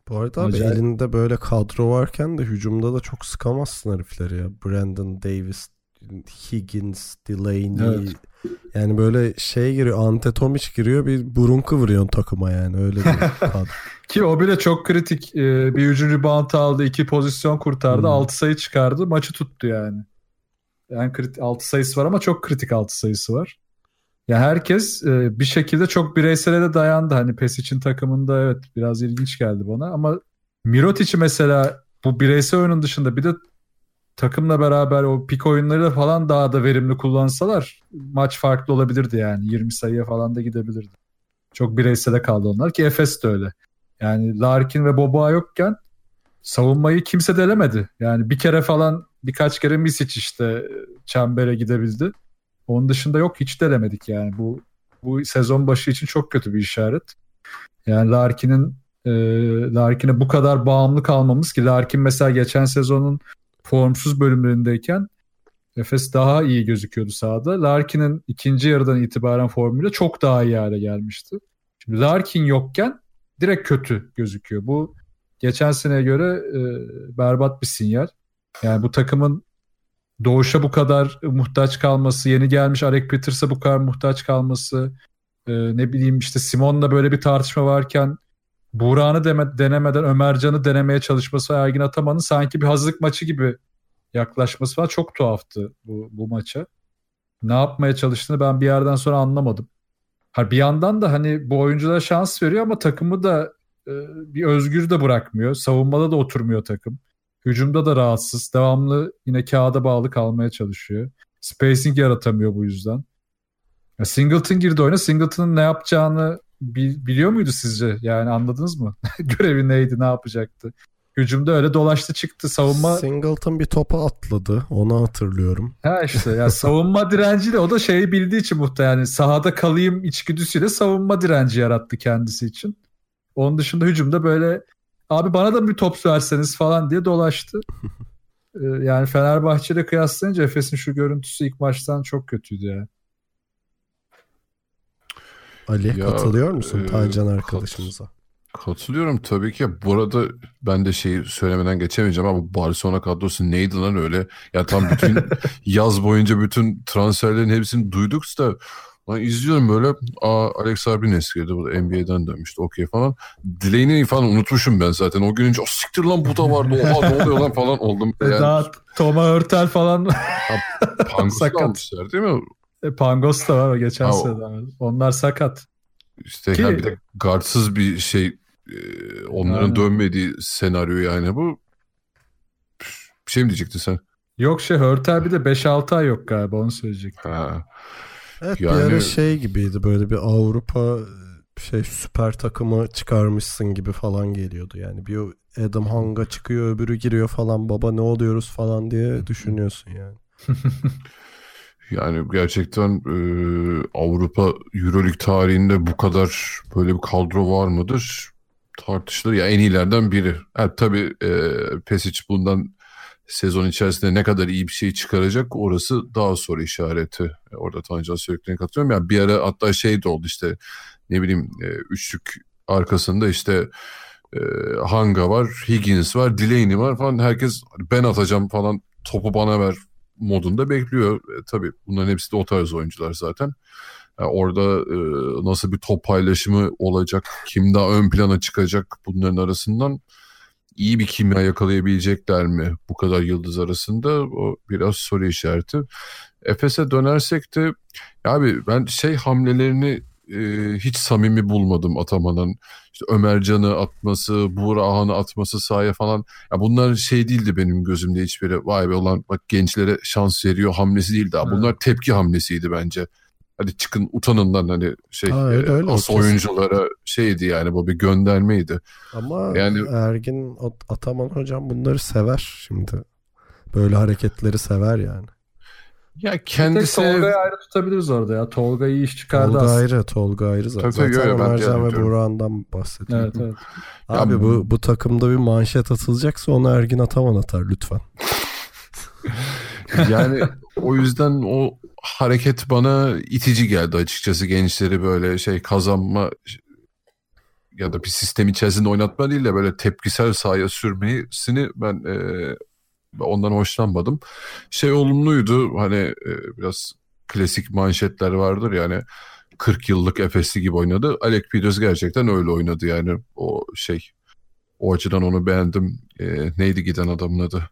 Bu arada abi Acayip. elinde böyle kadro varken de hücumda da çok sıkamazsın herifleri ya. Brandon Davis, Higgins, Delaney. Evet. Yani böyle şey giriyor, Antetomic giriyor, bir burun kıvırıyorsun takıma yani, öyle bir kadro. Ki o bile çok kritik. Ee, bir hücum rebound aldı, iki pozisyon kurtardı, Hmm. altı sayı çıkardı, maçı tuttu yani. Yani kritik altı sayısı var ama çok kritik altı sayısı var. Ya herkes e, bir şekilde çok bireysele de dayandı. Hani Pesic'in takımında evet biraz ilginç geldi bana ama Mirotic'i mesela bu bireysel oyunun dışında bir de takımla beraber o pik oyunları falan daha da verimli kullansalar maç farklı olabilirdi yani. yirmi sayıya falan da gidebilirdi. Çok bireysele kaldı onlar ki Efes de öyle. Yani Larkin ve Boboa yokken savunmayı kimse delemedi. Yani bir kere falan, birkaç kere Misic işte çembere gidebildi. Onun dışında yok, hiç delemedik yani. Bu bu sezon başı için çok kötü bir işaret. Yani Larkin'in e, Larkin'e bu kadar bağımlı kalmamız, ki Larkin mesela geçen sezonun formsuz bölümlerindeyken Efes daha iyi gözüküyordu sahada. Larkin'in ikinci yarıdan itibaren formuyla çok daha iyi hale gelmişti. Şimdi Larkin yokken direkt kötü gözüküyor. Bu geçen seneye göre e, berbat bir sinyal. Yani bu takımın Doğuş'a bu kadar muhtaç kalması, yeni gelmiş Alec Peters'a bu kadar muhtaç kalması, e, ne bileyim işte Simon'la böyle bir tartışma varken Buğra'nı deme, denemeden Ömercan'ı denemeye çalışması ve Ergin Ataman'ın sanki bir hazırlık maçı gibi yaklaşması falan çok tuhaftı bu, bu maça. Ne yapmaya çalıştığını ben bir yerden sonra anlamadım. Ha, bir yandan da hani bu oyunculara şans veriyor ama takımı da e, bir özgür de bırakmıyor. Savunmada da oturmuyor takım. Hücumda da rahatsız. Devamlı yine kağıda bağlı kalmaya çalışıyor. Spacing yaratamıyor bu yüzden. Ya Singleton girdi oyuna. Singleton'ın ne yapacağını bil, biliyor muydu sizce? Yani anladınız mı? Görevi neydi, ne yapacaktı? Hücumda öyle dolaştı çıktı. Savunma... Singleton bir topa atladı. Onu hatırlıyorum. Ha işte ya savunma direnciyle, o da şeyi bildiği için muhtemelen yani sahada kalayım içgüdüsüyle savunma direnci yarattı kendisi için. Onun dışında hücumda böyle abi bana da bir top verseniz falan diye dolaştı. Ee, yani Fenerbahçe'yle kıyaslayınca Efes'in şu görüntüsü ilk maçtan çok kötüydü ya. Ali Ya, katılıyor musun e, Tancan kat- arkadaşımıza? Katılıyorum tabii ki. Bu arada ben de şeyi söylemeden geçemeyeceğim ama bu Barcelona kadrosu neydi lan öyle? Ya tam bütün yaz boyunca bütün transferlerin hepsini duyduk da lan izliyorum böyle. Aa, Alex Arbines girdi, bu da N B A'den dönmüştü, okey falan. Delaney'i falan unutmuşum ben zaten. O gün önce o siktir lan bu da vardı. Oha ne oluyor lan falan oldum. Yani, Daha Toma Hörtel falan Pangos'u sakat. almışlar değil mi? E, Pangos da var o geçen Ha, sene. Onlar sakat. İşte Ki- ya bir de guardsız bir şey, e, onların Aynen. dönmediği senaryo yani bu. Bir şey mi diyecektin sen? Yok şey Hörtel bir de beş altı ay yok galiba, onu söyleyecek. Ha. Evet, Yani- bir ara şey gibiydi, böyle bir Avrupa şey süper takımı çıkarmışsın gibi falan geliyordu. Yani bir Adam Hanga çıkıyor, öbürü giriyor falan, baba ne oluyoruz falan diye düşünüyorsun yani. Yani gerçekten e, Avrupa Euroleague tarihinde bu kadar böyle bir kadro var mıdır? Tartışılır. Ya en iyilerden biri. Ha, tabii e, Pesic bundan sezon içerisinde ne kadar iyi bir şey çıkaracak orası daha soru işareti. E, orada Tancan söylediğine katılıyorum. Yani bir ara hatta şey de oldu işte, ne bileyim e, üçlük arkasında işte e, Hanga var, Higgins var, Delaney var falan. Herkes ben atacağım falan, topu bana ver modunda bekliyor. E, tabii bunların hepsi de o tarz oyuncular zaten. Yani orada e, nasıl bir top paylaşımı olacak, kim daha ön plana çıkacak bunların arasından, iyi bir kimya yakalayabilecekler mi bu kadar yıldız arasında, o biraz soru işareti. Efes'e dönersek de abi ben şey hamlelerini e, hiç samimi bulmadım Ataman'ın. İşte Ömercan'ı atması, Buğra Ahan'ı atması sahaya falan. Ya bunlar şey değildi benim gözümde hiçbiri. Vay be ulan bak gençlere şans veriyor hamlesi değildi. Evet. Bunlar tepki hamlesiydi bence. Hadi çıkın utanın hani şey Ha, öyle, e, öyle, as kesin. oyunculara şeydi yani, bu bir göndermeydi. Ama Yani- Ergin At- Ataman hocam bunları sever şimdi. Böyle hareketleri sever yani. Ya Bir tek kendisi Tolga'yı ayrı tutabiliriz orada ya. Tolga iyi iş çıkardı Tolga aslında. ayrı, Tolga ayrı zaten. Tabii, tabii, Zaten yo, yo, ben Ömercan diğer ve diyorum. Burak'ından bahsediyorum. Evet evet. Abi Ya bu bu takımda bir manşet atılacaksa onu Ergin Ataman atar lütfen. yani o yüzden o hareket bana itici geldi açıkçası, gençleri böyle şey kazanma ya da bir sistem içerisinde oynatma değil de böyle tepkisel sahaya sürmesini ben e, ondan hoşlanmadım. Şey olumluydu, hani e, biraz klasik manşetler vardır yani, kırk yıllık Efesli gibi oynadı. Alec Peters gerçekten öyle oynadı yani, o şey, o açıdan onu beğendim. E, neydi giden adamın adı?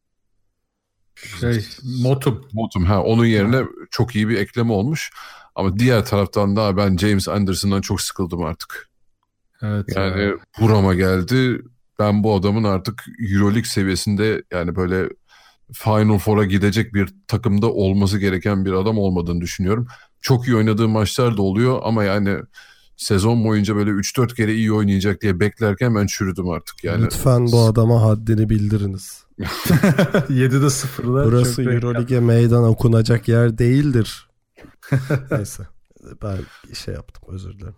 Şey, Motum. Motum ha, onun yerine ha. çok iyi bir ekleme olmuş. Ama diğer taraftan da ben James Anderson'dan çok sıkıldım artık. Evet. Yani ya. burama geldi. Ben bu adamın artık EuroLeague seviyesinde, yani böyle Final Four'a gidecek bir takımda olması gereken bir adam olmadığını düşünüyorum. Çok iyi oynadığı maçlar da oluyor ama yani sezon boyunca böyle üç dört kere iyi oynayacak diye beklerken ben çürüdüm artık yani. Lütfen bu adama haddini bildiriniz. yedide sıfırda. Burası EuroLeague'e meydan okunacak yer değildir. Neyse. Ben şey yaptım, özür dilerim.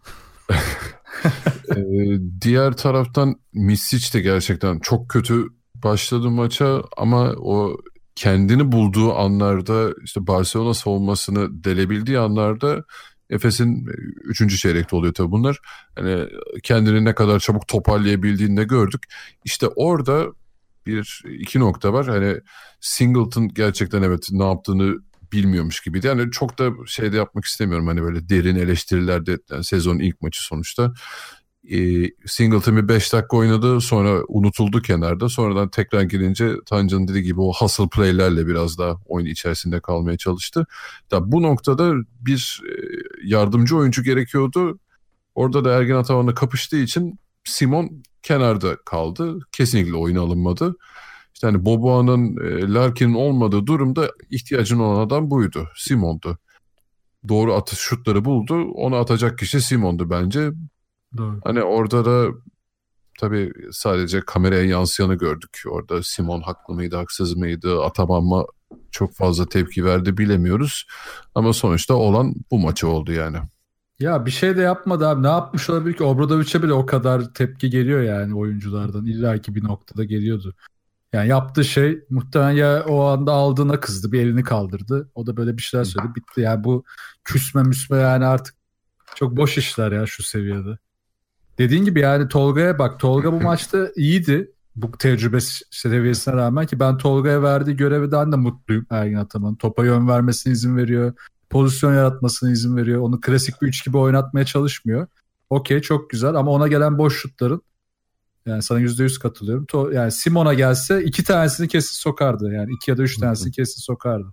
ee, diğer taraftan Misic de gerçekten çok kötü başladı maça ama o kendini bulduğu anlarda, işte Barcelona savunmasını delebildiği anlarda, Efes'in üçüncü çeyrekte oluyor tabii bunlar. Hani kendini ne kadar çabuk toparlayabildiğini de gördük. İşte orada bir iki nokta var. Hani Singleton gerçekten evet ne yaptığını bilmiyormuş gibiydi. Yani çok da şey de yapmak istemiyorum. Hani böyle derin eleştirilerde, yani sezonun ilk maçı sonuçta. Ee, Singleton bir beş dakika oynadı, sonra unutuldu kenarda. Sonradan tekrar girince Tancan'ın dediği gibi o hustle play'lerle biraz daha oyun içerisinde kalmaya çalıştı. Da bu noktada bir yardımcı oyuncu gerekiyordu. Orada da Ergin Ataman'la kapıştığı için Simon kenarda kaldı. Kesinlikle oyuna alınmadı. İşte hani Boboa'nın, e, Larkin'in olmadığı durumda ihtiyacın olan adam buydu. Simon'du. Doğru atış şutları buldu. Onu atacak kişi Simon'du bence. Doğru. Hani orada da tabii sadece kameraya yansıyanı gördük. Orada Simon haklı mıydı, haksız mıydı, Ataman mı çok fazla tepki verdi bilemiyoruz. Ama sonuçta olan bu maçı oldu yani. Ya bir şey de yapmadı abi. Ne yapmış olabilir ki? Obradovic'e bile o kadar tepki geliyor yani oyunculardan. İlla ki bir noktada geliyordu. Yani yaptığı şey muhtemelen ya o anda aldığına kızdı. Bir elini kaldırdı. O da böyle bir şeyler söyledi. Bitti. Yani bu küsme müsme yani artık çok boş işler ya şu seviyede. Dediğin gibi yani Tolga'ya bak. Tolga bu maçta iyiydi. Bu tecrübe seviyesine rağmen ki ben Tolga'ya verdiği görevden de mutluyum Ergin Ataman'ın. Topa yön vermesine izin veriyor. Pozisyon yaratmasına izin veriyor. Onu klasik bir üç gibi oynatmaya çalışmıyor. Okey, çok güzel ama ona gelen boş şutların, yani sana yüzde yüz katılıyorum. To- yani Simon'a gelse iki tanesini kesin sokardı. Yani iki ya da üç tanesini kesin sokardı.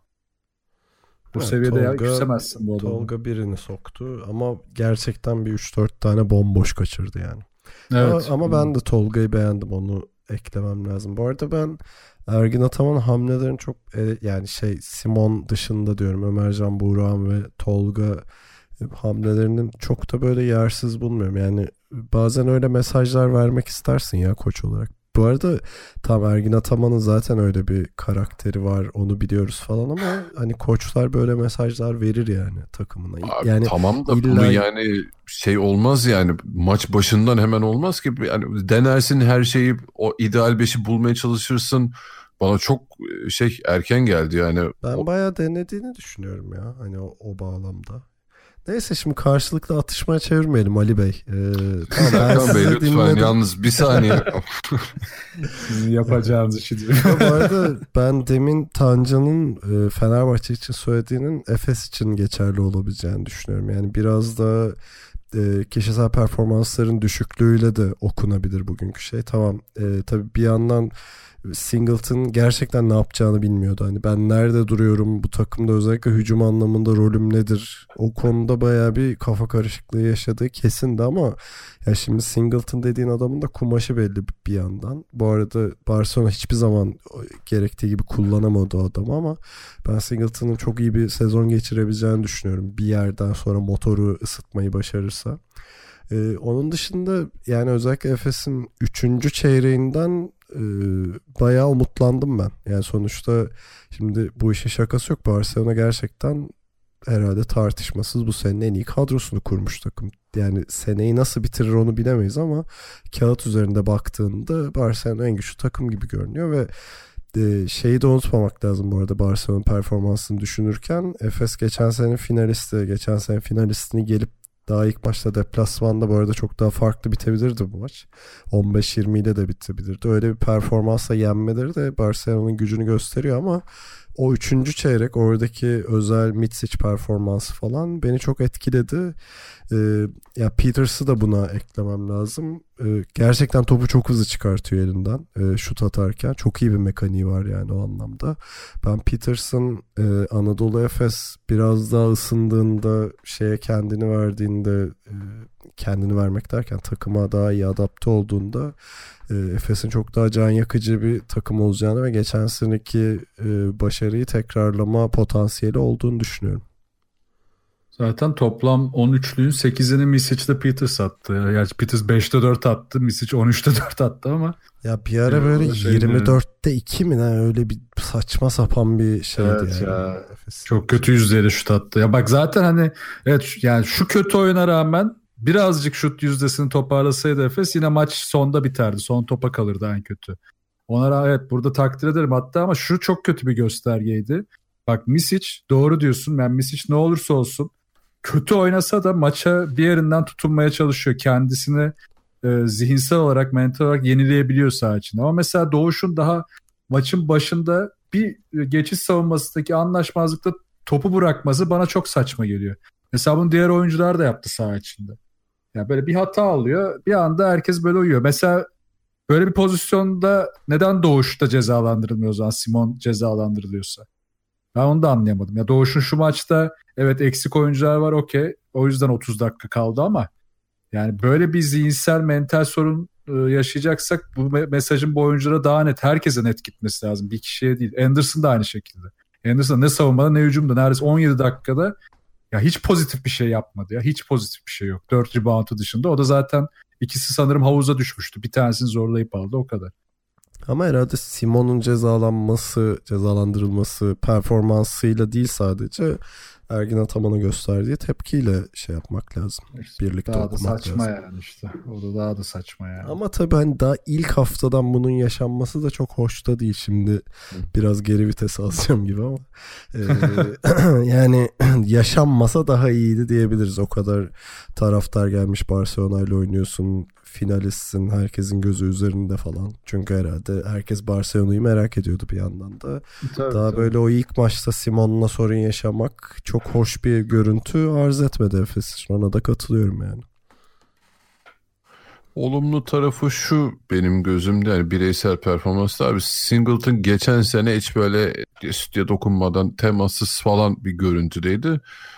Bu evet, seviyede Tolga, ya küsemezsin bu adamı. Tolga birini soktu ama gerçekten bir üç dört tane bomboş kaçırdı yani. Evet. Ama, ama ben de Tolga'yı beğendim, onu eklemem lazım. Bu arada ben Ergin Ataman hamlelerini çok e, yani şey Simon dışında diyorum, Ömercan Buğra'nın ve Tolga hamlelerinin çok da böyle yersiz bulmuyorum. Yani bazen öyle mesajlar vermek istersin ya koç olarak. Bu arada tam Ergin Ataman'ın zaten öyle bir karakteri var, onu biliyoruz falan ama hani koçlar böyle mesajlar verir yani takımına. Abi, yani tamam da illa... bunu yani şey olmaz yani, maç başından hemen olmaz ki. Yani denersin her şeyi, o ideal beşi bulmaya çalışırsın. Bana çok şey erken geldi yani. Ben o... bayağı denediğini düşünüyorum ya hani o, o bağlamda. Neyse şimdi karşılıklı atışmaya çevirmeyelim Ali Bey. Ee, tamam, Serkan Bey lütfen dinledim. Yalnız bir saniye. Sizin yapacağınız işi diyor. Bu arada ben demin Tancan'ın e, Fenerbahçe için söylediğinin Efes için geçerli olabileceğini düşünüyorum. Yani biraz da e, kişisel performansların düşüklüğüyle de okunabilir bugünkü şey. Tamam e, tabii bir yandan Singleton gerçekten ne yapacağını bilmiyordu. Hani ben nerede duruyorum bu takımda, özellikle hücum anlamında rolüm nedir? O konuda bayağı bir kafa karışıklığı yaşadığı kesindi ama ya şimdi Singleton dediğin adamın da kumaşı belli bir yandan. Bu arada Barcelona hiçbir zaman gerektiği gibi kullanamadı o adamı ama ben Singleton'ın çok iyi bir sezon geçirebileceğini düşünüyorum. Bir yerden sonra motoru ısıtmayı başarırsa. Ee, onun dışında yani özellikle Efes'in üçüncü çeyreğinden e, bayağı umutlandım ben. Yani sonuçta şimdi bu işin şakası yok. Barcelona gerçekten herhalde tartışmasız bu senenin en iyi kadrosunu kurmuş takım. Yani seneyi nasıl bitirir onu bilemeyiz ama kağıt üzerinde baktığında Barcelona en güçlü takım gibi görünüyor ve e, şeyi de unutmamak lazım bu arada Barcelona performansını düşünürken. Efes geçen sene finalisti, geçen sene finalistini gelip Daha ilk maçta deplasmanda bu arada çok daha farklı bitebilirdi bu maç. on beş yirmi ile de bitebilirdi. Öyle bir performansla yenmeleri de Barcelona'nın gücünü gösteriyor ama o üçüncü çeyrek oradaki özel Mitsic performansı falan beni çok etkiledi. Ee, ya Peters'ı da buna eklemem lazım. Ee, gerçekten topu çok hızlı çıkartıyor elinden e, şut atarken. Çok iyi bir mekaniği var yani o anlamda. Ben Peters'ın e, Anadolu Efes biraz daha ısındığında, şeye kendini verdiğinde, e, kendini vermek derken takıma daha iyi adapte olduğunda e, Efes'in çok daha can yakıcı bir takım olacağını ve geçen seneki e, başarıyı tekrarlama potansiyeli olduğunu düşünüyorum. Zaten toplam on üçlüğün sekizini Misic'le Peters attı. Yani Peters beşte dört attı. Misic on üçte dört attı ama. Ya bir ara böyle şeyde... yirmi dörtte iki mi ne, öyle bir saçma sapan bir şeydi evet yani. Ya. Çok kötü yüzdeyle şut attı. Ya bak zaten hani evet yani şu kötü oyuna rağmen birazcık şut yüzdesini toparlasaydı Efes yine maç sonda biterdi. Son topa kalırdı en kötü. Ona rağmen evet burada takdir ederim hatta ama şu çok kötü bir göstergeydi. Bak Misic doğru diyorsun. Ben Misic ne olursa olsun kötü oynasa da maça bir yerinden tutunmaya çalışıyor. Kendisini e, zihinsel olarak, mental olarak yenileyebiliyor saha içinde. Ama mesela Doğuş'un daha maçın başında bir geçiş savunmasındaki anlaşmazlıkta topu bırakması bana çok saçma geliyor. Mesela bunu diğer oyuncular da yaptı saha içinde. Yani böyle bir hata alıyor. Bir anda herkes böyle uyuyor. Mesela böyle bir pozisyonda neden Doğuş'ta cezalandırılmıyor o zaman Simon cezalandırılıyorsa? Ben onu da anlayamadım. Ya Doğuş'un şu maçta evet eksik oyuncular var okey. O yüzden otuz dakika kaldı ama yani böyle bir zihinsel mental sorun yaşayacaksak bu mesajın bu oyunculara daha net, herkese net gitmesi lazım. Bir kişiye değil. Anderson da aynı şekilde. Anderson ne savunmada ne hücumda neredeyse on yedi dakikada ya hiç pozitif bir şey yapmadı ya. Hiç pozitif bir şey yok. dört reboundu dışında. O da zaten ikisi sanırım havuza düşmüştü. Bir tanesini zorlayıp aldı o kadar. Ama herhalde Simon'un cezalanması, cezalandırılması performansıyla değil sadece Ergin Ataman'a gösterdiği tepkiyle şey yapmak lazım. İşte birlikte daha okumak da saçma lazım. yani işte. O da daha da saçma yani. Ama tabii hani daha ilk haftadan bunun yaşanması da çok hoş da değil. Şimdi biraz geri vites alacağım gibi ama ee, yani yaşanmasa daha iyiydi diyebiliriz. O kadar taraftar gelmiş, Barcelona ile oynuyorsun, finalistsin, herkesin gözü üzerinde falan. Çünkü herhalde herkes Barcelona'yı merak ediyordu bir yandan da. Tabii, daha tabii. böyle o ilk maçta Simon'la sorun yaşamak çok hoş bir görüntü arz etmedi Efes için. Ona da katılıyorum yani. Olumlu tarafı şu benim gözümde, yani bireysel performansta abi, Singleton geçen sene hiç böyle stüdyo dokunmadan temassız falan bir görüntüdeydi.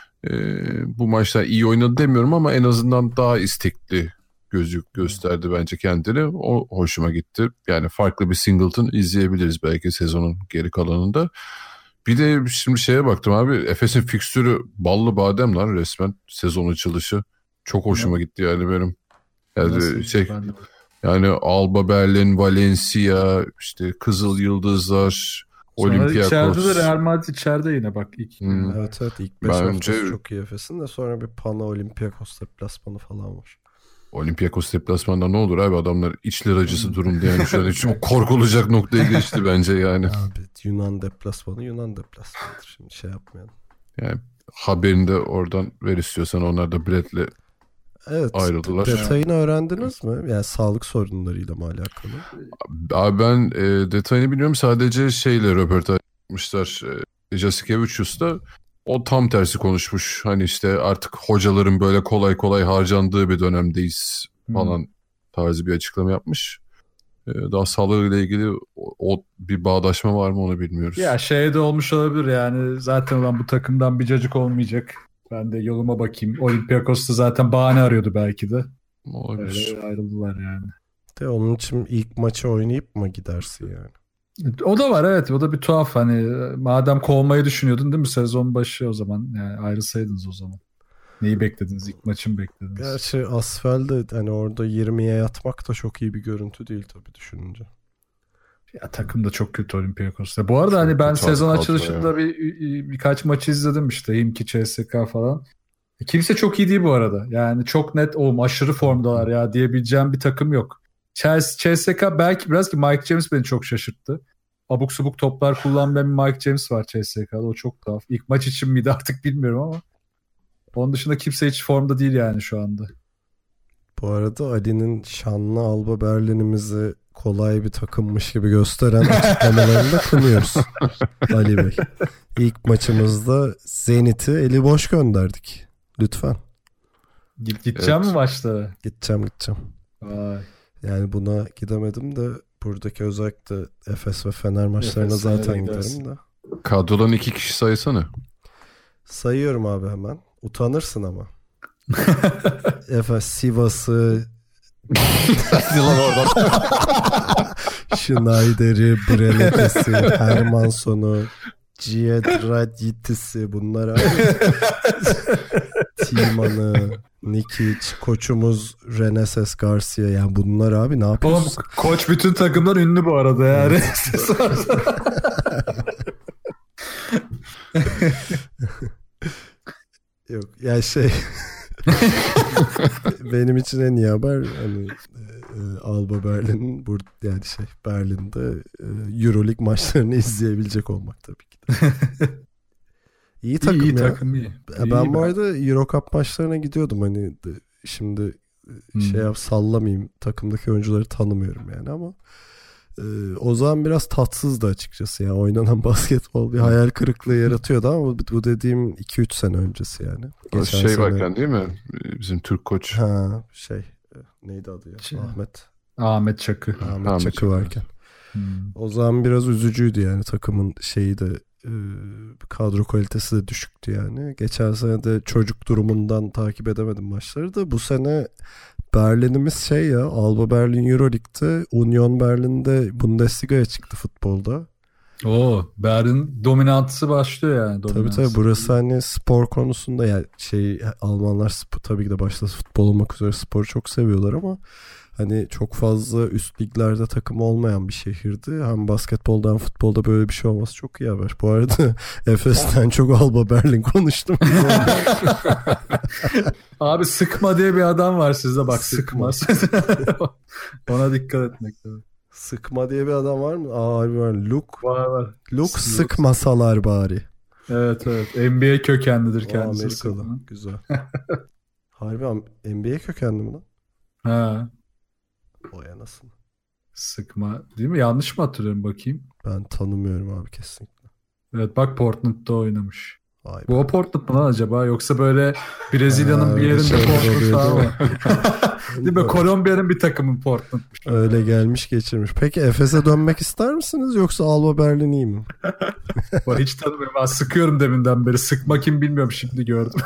Ee, bu maçta iyi oynadı demiyorum ama en azından daha istekli gözük gösterdi bence kendini. O hoşuma gitti. Yani farklı bir Singleton izleyebiliriz belki sezonun geri kalanında. Bir de şimdi şeye baktım abi, Efes'in fikstürü ballı badem lan resmen, sezon açılışı. Çok hoşuma gitti yani benim. Yani Nasıl? şey Ben de- yani Alba Berlin, Valencia, işte Kızıl Yıldızlar, Sonra Olympiakos. içeride de Real Madrid içeride yine bak. İlk, Hmm. Evet evet, ilk beş Bence- haftası çok iyi Efes'in de sonra bir Pana Olympiakos deplasmanı falan var. Olympiakos deplasmanda ne olur abi, adamlar içler acısı durumda yani şu an için o korkulacak noktaya geçti bence yani. Abi Yunan deplasmanı Yunan deplasmanıdır, şimdi şey yapmayalım. Yani haberini de oradan ver istiyorsan, onlar da biletle Evet, ayrıldılar. detayını öğrendiniz mi? Yani sağlık sorunlarıyla mı alakalı? Abi ben e, detayını bilmiyorum, sadece şeyle röportaj yapmışlar, e, Jasikevicius'ta. O tam tersi konuşmuş. Hani işte artık hocaların böyle kolay kolay harcandığı bir dönemdeyiz falan tarzı bir açıklama yapmış. Ee, daha sağlığıyla ilgili o, o bir bağdaşma var mı onu bilmiyoruz. Ya şey de olmuş olabilir yani, zaten ulan bu takımdan bir cacık olmayacak. Ben de yoluma bakayım. Olympiakos'ta zaten bahane arıyordu belki de. Olabilir. Öyle ayrıldılar yani. De onun için ilk maçı oynayıp mı gidersin yani? O da var evet, o da bir tuhaf hani, madem kovmayı düşünüyordun değil mi sezon başı, o zaman yani ayrılsaydınız o zaman. Neyi beklediniz, ilk maçı mı beklediniz? Gerçi Asfel'de hani orada yirmiye yatmak da çok iyi bir görüntü değil tabii düşününce. Ya takım da çok kötü Olympiakos'ta. Bu arada hani ben kötü sezon kadro açılışında ya. bir, birkaç maçı izledim işte, Himki, C S K falan. Kimse çok iyi değil bu arada. Yani çok net oğlum aşırı formdalar ya diyebileceğim bir takım yok. Chelsea, C S K belki biraz ki Mike James beni çok şaşırttı. Abuk subuk toplar kullanmayan bir Mike James var C S K'da. O çok tuhaf. İlk maç için miydi artık bilmiyorum ama. Onun dışında kimse hiç formda değil yani şu anda. Bu arada Ali'nin şanlı Alba Berlin'imizi kolay bir takımmış gibi gösteren açıklamalarını da kınıyoruz. Ali Bey. İlk maçımızda Zenit'i eli boş gönderdik. Lütfen. Gideceğim evet. mi maçlara? Gideceğim gideceğim. Vay. Yani buna gidemedim de buradaki özellikle Efes ve Fener maçlarına Efes zaten giderim de. Kadrodan iki kişi sayısana. Sayıyorum abi hemen. Utanırsın ama. Efes, Sivas'ı Schneider'i, Brenetes'i, Hermansson'u, Giedradit'isi, bunlar abi. Timan'ı, Nikic, koçumuz Reneses Garcia, yani bunlar abi ne yapıyorsun? Oğlum, koç bütün takımdan ünlü bu arada yani. Yok yani şey benim için en iyi haber hani e, Alba Berlin'in burada yani şey Berlin'de e, Euroleague maçlarını izleyebilecek olmak tabii ki de. İyi takım iyi, iyi ya. Takım iyi. Ben iyi bu arada Euro Cup maçlarına gidiyordum hani de, şimdi hmm. şey yap sallamayayım, takımdaki oyuncuları tanımıyorum yani ama e, o zaman biraz tatsızdı açıkçası yani oynanan basketbol bir hayal kırıklığı yaratıyordu ama bu, bu dediğim iki üç sene öncesi yani. Geçen şey sene... varken değil mi? Bizim Türk koç. Ha şey neydi adı ya? Şey, Ahmet. Ahmet Çakı. Ahmet, Ahmet Çakı, Çakı varken. Hmm. O zaman biraz üzücüydü yani takımın şeyi de e, kadro kalitesi de düşüktü yani. Geçen sene de çocuk durumundan takip edemedim maçları da. Bu sene Berlin'imiz şey ya, Alba Berlin Euroleague'de, Union Berlin'de Bundesliga'ya çıktı futbolda. Oo, Berlin dominantısı başlıyor yani. Tabii tabii burası hani spor konusunda yani şey Almanlar spor, tabii ki de başta futbol olmak üzere sporu çok seviyorlar ama hani çok fazla üst liglerde takım olmayan bir şehirdi. Hem basketbolda hem futbolda böyle bir şey olması çok iyi haber. Bu arada Efes'ten çok Alba Berlin konuştum. Abi sıkma diye bir adam var sizde bak, sıkma. Ona dikkat etmek lazım. Sıkma diye bir adam var mı? Aa var. Luke. Var var. Luke sıkmasalar bari. Evet evet. N B A kökenlidir kendisi. Amerikalı. Güzel. Harbi N B A kökenli mi lan? Ha. O ya nasıl? Sıkma değil mi? Yanlış mı hatırlıyorum bakayım? Ben tanımıyorum abi kesinlikle. Evet bak Portland'da oynamış. Vay Bu be. o Portland mı lan acaba? Yoksa böyle Brezilya'nın ha, bir yerinde şey Portland'da mı? Değil mi? Kolombiya'nın bir takımın Portland'mış. Öyle gelmiş geçirmiş. Peki Efes'e dönmek ister misiniz yoksa Alba Berlin iyi mi? Hiç tanımıyorum. Ben sıkıyorum deminden beri. Sıkma kim bilmiyorum, şimdi gördüm.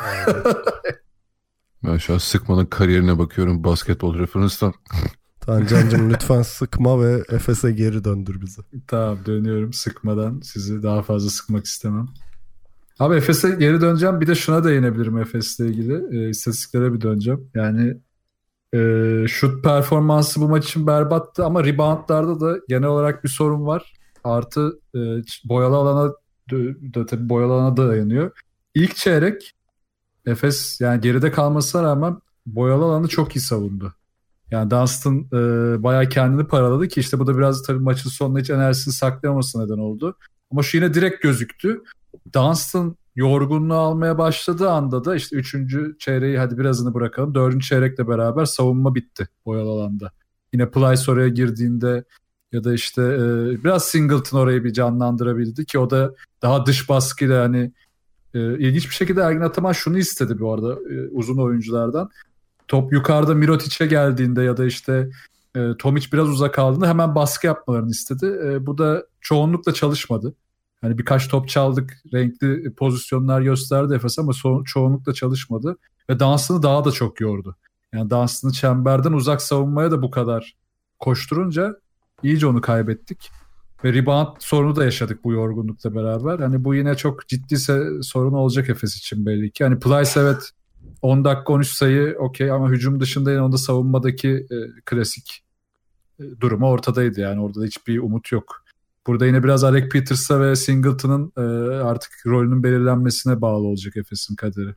Ben şu an Sıkma'nın kariyerine bakıyorum basketbol referanstan. Tancancığım lütfen sıkma ve Efes'e geri döndür bizi. Tamam dönüyorum sıkmadan. Sizi daha fazla sıkmak istemem. Abi Efes'e geri döneceğim. Bir de şuna değinebilirim Efes'le ilgili. E, istatistiklere bir döneceğim. Yani e, şut performansı bu maç için berbattı ama reboundlarda da genel olarak bir sorun var. Artı e, boyalı alana da, tabii boyalı alana da dayanıyor. İlk çeyrek Efes yani geride kalmasına rağmen boyalı alanı çok iyi savundu. Yani Dunstan e, bayağı kendini paraladı ki işte bu da biraz tabii maçın sonunda hiç enerjisini saklayamasına neden oldu. Ama şu yine direkt gözüktü. Dunstan yorgunluğu almaya başladığı anda da işte üçüncü çeyreği hadi birazını bırakalım. Dördüncü çeyrekle beraber savunma bitti boyalı alanda. Yine Plyce oraya girdiğinde ya da işte e, biraz Singleton orayı bir canlandırabildi ki o da daha dış baskıyla hani e, ilginç bir şekilde Ergin Ataman şunu istedi bu arada e, uzun oyunculardan. Top yukarıda Mirotic'e geldiğinde ya da işte e, Tomic biraz uzak kaldığında hemen baskı yapmalarını istedi. E, bu da çoğunlukla çalışmadı. Hani birkaç top çaldık, renkli pozisyonlar gösterdi Efes ama so- çoğunlukla çalışmadı. Ve Dunstan'ı daha da çok yordu. Yani Dunstan'ı çemberden uzak savunmaya da bu kadar koşturunca iyice onu kaybettik. Ve rebound sorunu da yaşadık bu yorgunlukla beraber. Hani bu yine çok ciddi se- sorun olacak Efes için belli ki. Hani Plyce evet on dakika on üç sayı okey ama hücum dışında yine onda savunmadaki e, klasik e, durumu ortadaydı. Yani orada da hiçbir umut yok. Burada yine biraz Alec Peters'a ve Singleton'ın e, artık rolünün belirlenmesine bağlı olacak Efes'in kaderi.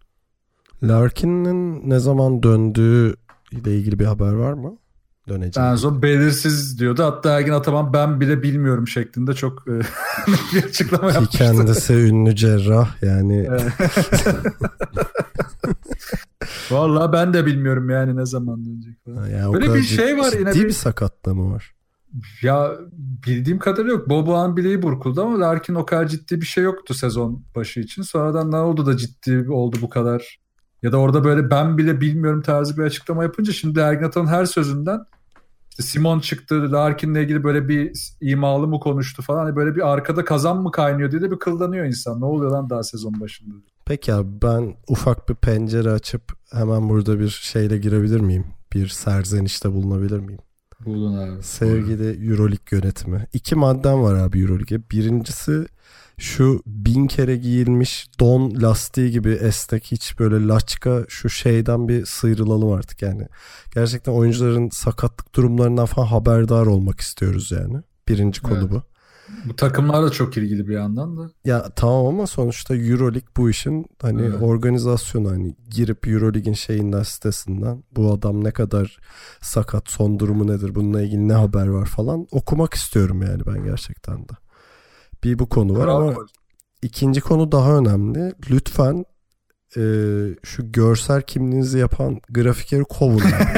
Larkin'in ne zaman döndüğü ile ilgili bir haber var mı? Döneceğim. En son belirsiz diyordu. Hatta Ergin Ataman ben bile bilmiyorum şeklinde çok e, bir açıklama yapmıştı. Ki kendisi ünlü cerrah yani. Vallahi ben de bilmiyorum yani ne zaman dönecek falan. Yani Böyle bir şey var yine. Ciddi bir... bir sakatlığı mı var? Ya bildiğim kadarıyla yok. Boboğan bileği burkuldu ama Larkin o kadar ciddi bir şey yoktu sezon başı için. Sonradan ne oldu da ciddi oldu bu kadar? Ya da orada böyle ben bile bilmiyorum tarzı bir açıklama yapınca şimdi Ergin Ataman'ın her sözünden işte Simon çıktı, Larkin'le ilgili böyle bir imalı mı konuştu falan. Hani böyle bir arkada kazan mı kaynıyor diye de bir kıllanıyor insan. Ne oluyor lan daha sezon başında? Peki abi, ben ufak bir pencere açıp hemen burada bir şeyle girebilir miyim? Bir serzenişte bulunabilir miyim? Bulun abi. Sevgili Euroleague yönetimi. İki maddem var abi Euroleague'e. Birincisi şu bin kere giyilmiş don lastiği gibi esnek, hiç böyle laçka şu şeyden bir sıyrılalım artık yani. Gerçekten oyuncuların sakatlık durumlarından falan haberdar olmak istiyoruz yani. Birinci konu Evet. bu. Bu takımlar da çok ilgili bir yandan da. Ya tamam ama sonuçta Euroleague bu işin hani Evet. organizasyonu, hani girip Euroleague'in şeyinden, sitesinden bu adam ne kadar sakat, son durumu nedir, bununla ilgili ne haber var falan okumak istiyorum yani ben gerçekten de. Bir bu konu var ama ikinci konu daha önemli. Lütfen e, şu görsel kimliğinizi yapan grafikeri kovun.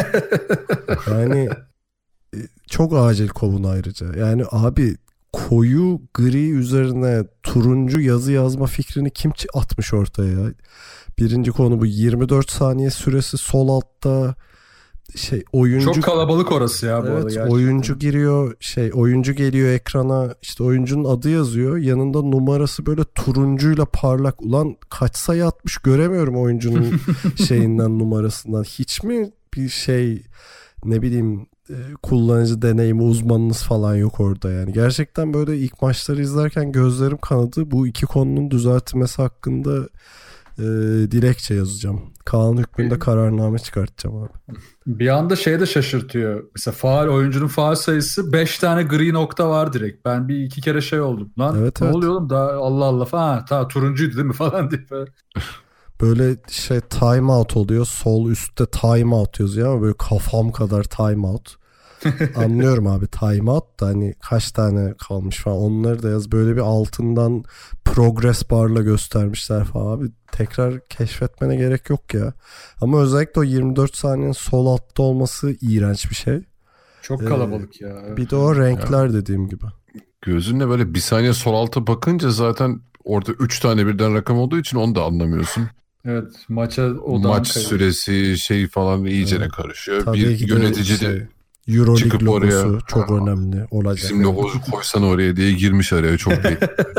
Yani e, çok acil kovun ayrıca. Yani abi, koyu gri üzerine turuncu yazı yazma fikrini kim atmış ortaya ya? Birinci konu bu. yirmi dört saniye süresi sol altta, şey oyuncu Çok kalabalık orası ya bu arada evet, gerçekten. oyuncu giriyor, şey oyuncu geliyor ekrana, işte oyuncunun adı yazıyor, yanında numarası böyle turuncuyla parlak. Ulan kaç sayı atmış göremiyorum oyuncunun şeyinden, numarasından. Hiç mi bir şey, ne bileyim, e, kullanıcı deneyimi uzmanınız falan yok orada yani. Gerçekten böyle ilk maçları izlerken gözlerim kanadı. Bu iki konunun düzeltilmesi hakkında e, dilekçe yazacağım. Kanun hükmünde kararname çıkartacağım abi. Bir anda şey de şaşırtıyor. Mesela faal, oyuncunun faal sayısı beş tane gri nokta var direkt. Ben bir iki kere şey oldum. Lan Evet, ne evet. oluyor oğlum? Daha Allah Allah falan. Ha, ta turuncuydu değil mi falan diye. Böyle şey time out oluyor. Sol üstte time out yazıyor ama böyle kafam kadar time out. Anlıyorum abi, time out da hani kaç tane kalmış falan, onları da yaz. Böyle bir altından progress barla göstermişler falan abi. Tekrar keşfetmene gerek yok ya. Ama özellikle o yirmi dört saniyenin sol altta olması iğrenç bir şey. Çok kalabalık ya. Evet. Bir de o renkler dediğim gibi. Gözünle böyle bir saniye sol alta bakınca zaten orada üç tane birden rakam olduğu için onu da anlamıyorsun. Evet, maça odağın Maç kayıyor. süresi şey falan iyicene Evet. karışıyor. Tabii bir ki de yönetici şey, de Euroleague çıkıp logosu oraya, çok ha, önemli olacak. bizim logosu koysan oraya diye girmiş araya, çok belli.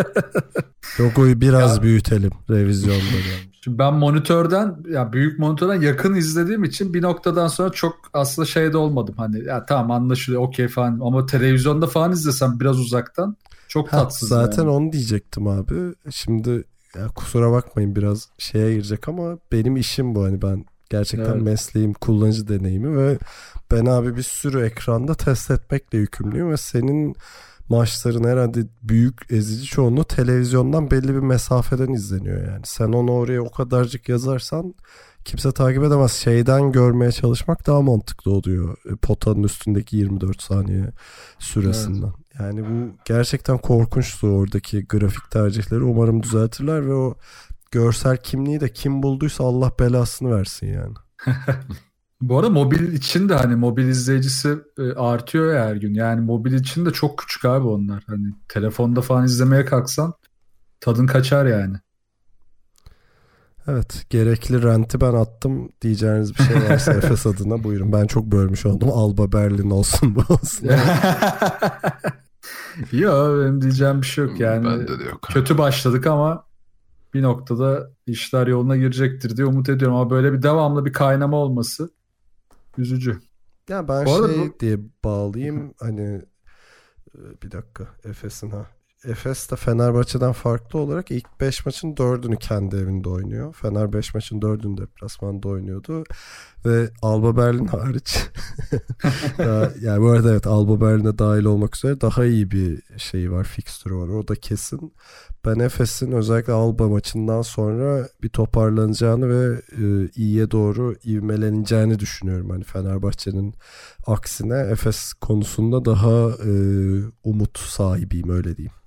Logoyu biraz Ya- büyütelim revizyonda. Yani. Şimdi ben monitörden, ya büyük monitörden yakın izlediğim için bir noktadan sonra çok aslında şeyde olmadım. Hani ya tamam anlaşılıyor, okey falan, ama televizyonda falan izlesem biraz uzaktan çok Ha, tatsız. zaten yani. onu diyecektim abi. Şimdi ya kusura bakmayın, biraz şeye girecek ama benim işim bu, hani ben gerçekten Evet. mesleğim kullanıcı deneyimi ve ben abi bir sürü ekranda test etmekle yükümlüyüm ve senin maçların herhalde büyük ezici çoğunluğu televizyondan belli bir mesafeden izleniyor yani. Sen onu oraya o kadarcık yazarsan kimse takip edemez. Şeyden görmeye çalışmak daha mantıklı oluyor. E, Potanın üstündeki yirmi dört saniye süresinden. Yani bu gerçekten korkunçtu, oradaki grafik tercihleri. Umarım düzeltirler ve o görsel kimliği de kim bulduysa Allah belasını versin yani. Bu arada mobil için de hani mobil izleyicisi e, artıyor ya her gün. Yani mobil için de çok küçük abi onlar. Hani telefonda falan izlemeye kalksan tadın kaçar yani. Evet, gerekli renti ben attım. Diyeceğiniz bir şey varsa Efes adına buyurun. Ben çok bölmüş oldum. Alba Berlin olsun bu olsun. Yok, benim diyeceğim bir şey yok yani. Bende de yok. Kötü başladık ama bir noktada işler yoluna girecektir diye umut ediyorum. Ama böyle bir devamlı bir kaynama olması üzücü. Ya ben Bu arada şey bu- diye bağlayayım, hani e, bir dakika, Efes'in ha. Efes de Fenerbahçe'den farklı olarak ilk beş maçın dördünü kendi evinde oynuyor. Fener beş maçın dördünü deplasmanda oynuyordu. Ve Alba Berlin hariç daha, yani bu arada evet, Alba Berlin'e dahil olmak üzere daha iyi bir şeyi var, fikstürü var. O da kesin. Ben Efes'in özellikle Alba maçından sonra bir toparlanacağını ve e, iyiye doğru ivmeleneceğini düşünüyorum. Hani Fenerbahçe'nin aksine Efes konusunda daha e, umut sahibiyim, öyle diyeyim.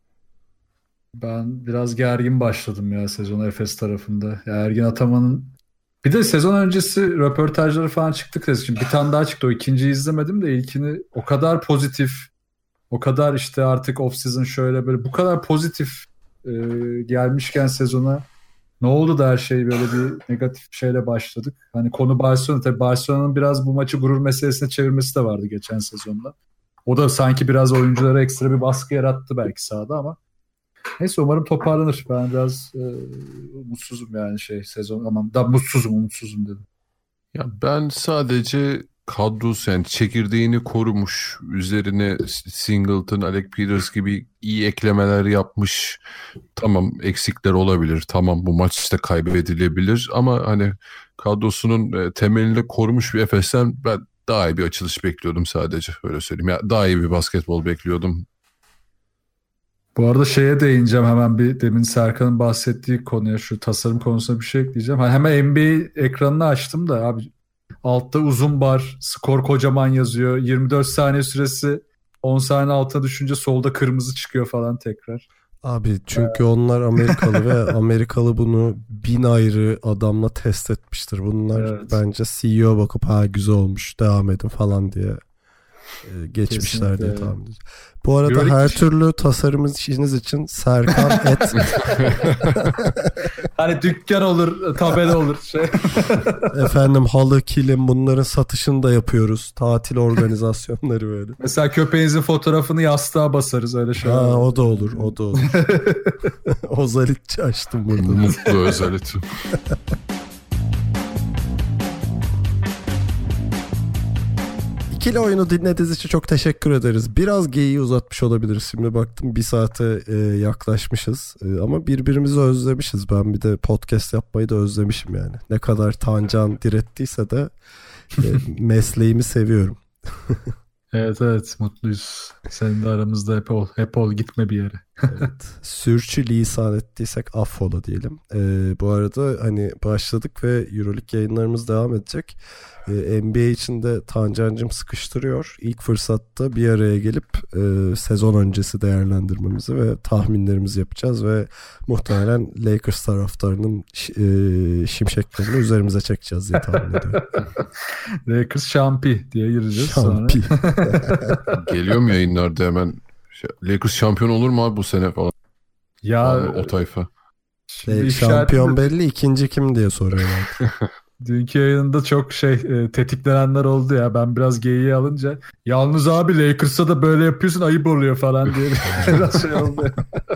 Ben biraz gergin başladım ya sezona Efes tarafında. Ya Ergin Ataman'ın Bir de sezon öncesi röportajları falan çıktı. Şimdi bir tane daha çıktı. O ikinciyi izlemedim de ilkini o kadar pozitif, o kadar işte artık off season şöyle böyle bu kadar pozitif e, gelmişken sezona ne oldu da her şey böyle bir negatif şeyle başladık. Hani konu Barcelona. Tabii Barcelona'nın biraz bu maçı gurur meselesine çevirmesi de vardı geçen sezonda. O da sanki biraz oyunculara ekstra bir baskı yarattı belki sahada ama neyse umarım toparlanır. Ben biraz e, mutsuzum yani şey sezon ama da mutsuzum umutsuzum dedim. Ya ben sadece kadrosu yani çekirdeğini korumuş, üzerine Singleton, Alec Peters gibi iyi eklemeler yapmış. Tamam eksikler olabilir. Tamam bu maçta kaybedilebilir ama hani kadrosunun temelini korumuş bir Efes'ten ben daha iyi bir açılış bekliyordum sadece öyle söyleyeyim. Ya daha iyi bir basketbol bekliyordum. Bu arada şeye değineceğim hemen bir demin Serkan'ın bahsettiği konuya şu tasarım konusunda bir şey ekleyeceğim. Hani hemen N B A ekranını açtım da abi altta uzun bar, skor kocaman yazıyor. yirmi dört saniye süresi on saniye altına düşünce solda kırmızı çıkıyor falan tekrar. Abi çünkü onlar Amerikalı ve Amerikalı bunu bin ayrı adamla test etmiştir. Bunlar evet. Bence C E O bakıp ha güzel olmuş devam edin falan diye geçmişler kesinlikle diye tahmin ediyorum. Bu arada Gördük her türlü tasarım işiniz için Serkan et. Hani dükkan olur, tabela olur şey. Efendim halı, kilim bunların satışını da yapıyoruz. Tatil organizasyonları böyle. Mesela köpeğinizin fotoğrafını yastığa basarız öyle şey. Ha, o da olur, o da olur. Ozalitçi açtım burada. Mutlu özelit. İkili oyunu dinlediğiniz için çok teşekkür ederiz. Biraz geyiği uzatmış olabiliriz. Şimdi baktım bir saate e, yaklaşmışız. E, ama birbirimizi özlemişiz. Ben bir de podcast yapmayı da özlemişim yani. Ne kadar Tancan direttiyse de e, mesleğimi seviyorum. Evet evet mutluyuz. Senin de aramızda hep ol. Hep ol gitme bir yere. Evet. Sürçülisan ettiysek affola diyelim. Ee, bu arada hani başladık ve Euroleague yayınlarımız devam edecek. Ee, N B A için de Tancancım sıkıştırıyor. İlk fırsatta bir araya gelip e, sezon öncesi değerlendirmemizi ve tahminlerimizi yapacağız ve muhtemelen Lakers taraftarının e, şimşeklerini üzerimize çekeceğiz diye tahmin ediyorum. Lakers şampi diye gireceğiz şampi. Sonra. Geliyor mu yayınlarda hemen? Lakers şampiyon olur mu abi bu sene falan? Ya abi, o tayfa. Şampiyon belli, ikinci kim diye soruyorlar. Dünkü yayında çok şey e, tetiklenenler oldu ya. Ben biraz geyiği alınca yalnız abi Lakers'a da böyle yapıyorsun ayıp oluyor falan diye biraz şey oldu.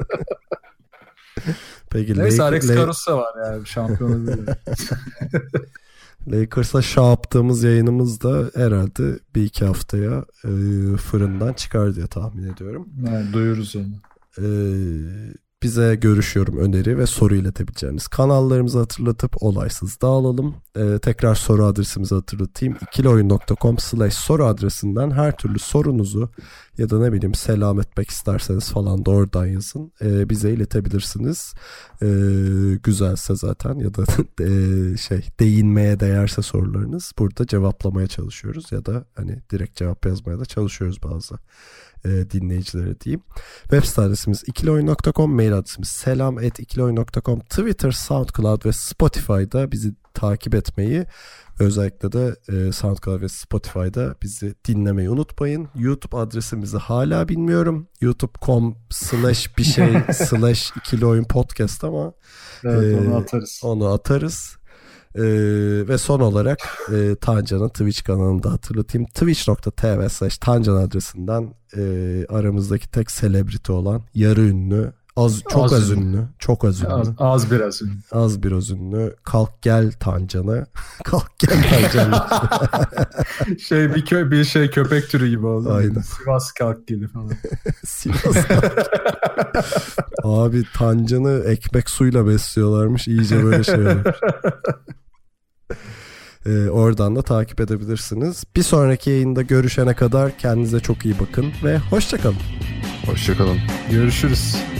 Peki, neyse Lake, Alex Lake... Caruso var yani şampiyonu değil. Lakers'a şah yaptığımız yayınımız da herhalde bir iki haftaya e, fırından çıkar diye tahmin ediyorum. Yani duyuruz onu. E, bize görüşüyorum öneri ve soru iletebileceğiniz kanallarımızı hatırlatıp olaysız dağılalım. Ee, tekrar soru adresimizi hatırlatayım. ikiloyun nokta com slash soru adresinden her türlü sorunuzu ya da ne bileyim selam etmek isterseniz falan da oradan yazın. Ee, bize iletebilirsiniz. Ee, güzelse zaten ya da e, şey değinmeye değerse sorularınız burada cevaplamaya çalışıyoruz ya da hani direkt cevap yazmaya da çalışıyoruz bazı E, dinleyicilere diyeyim. Web site adresimiz ikiloyun nokta com, mail adresimiz selam et ikiloyun nokta com, Twitter, SoundCloud ve Spotify'da bizi takip etmeyi, özellikle de e, SoundCloud ve Spotify'da bizi dinlemeyi unutmayın. YouTube adresimizi hala bilmiyorum. youtube nokta com slash bir şey slash ikiloyun podcast ama evet, e, onu atarız. Onu atarız. Ee, ve son olarak e, Tancan'ın Twitch kanalını da hatırlatayım. twitch nokta tv slash Tancan adresinden e, aramızdaki tek celebrity olan yarı ünlü, az çok az, az ünlü, ünlü, çok az ünlü. Az, az biraz ünlü. Az biraz ünlü. Kalk gel Tancan'a. Kalk gel Tancan'a. şey bir kö bir şey köpek türü gibi oldu. Aynen. Sivas kalk geli falan. Sivas kalk. Abi Tancan'ı ekmek suyla besliyorlarmış. İyice böyle şeyler. Ee, oradan da takip edebilirsiniz. Bir sonraki yayında görüşene kadar kendinize çok iyi bakın ve hoşça kalın. Hoşça kalın. Görüşürüz.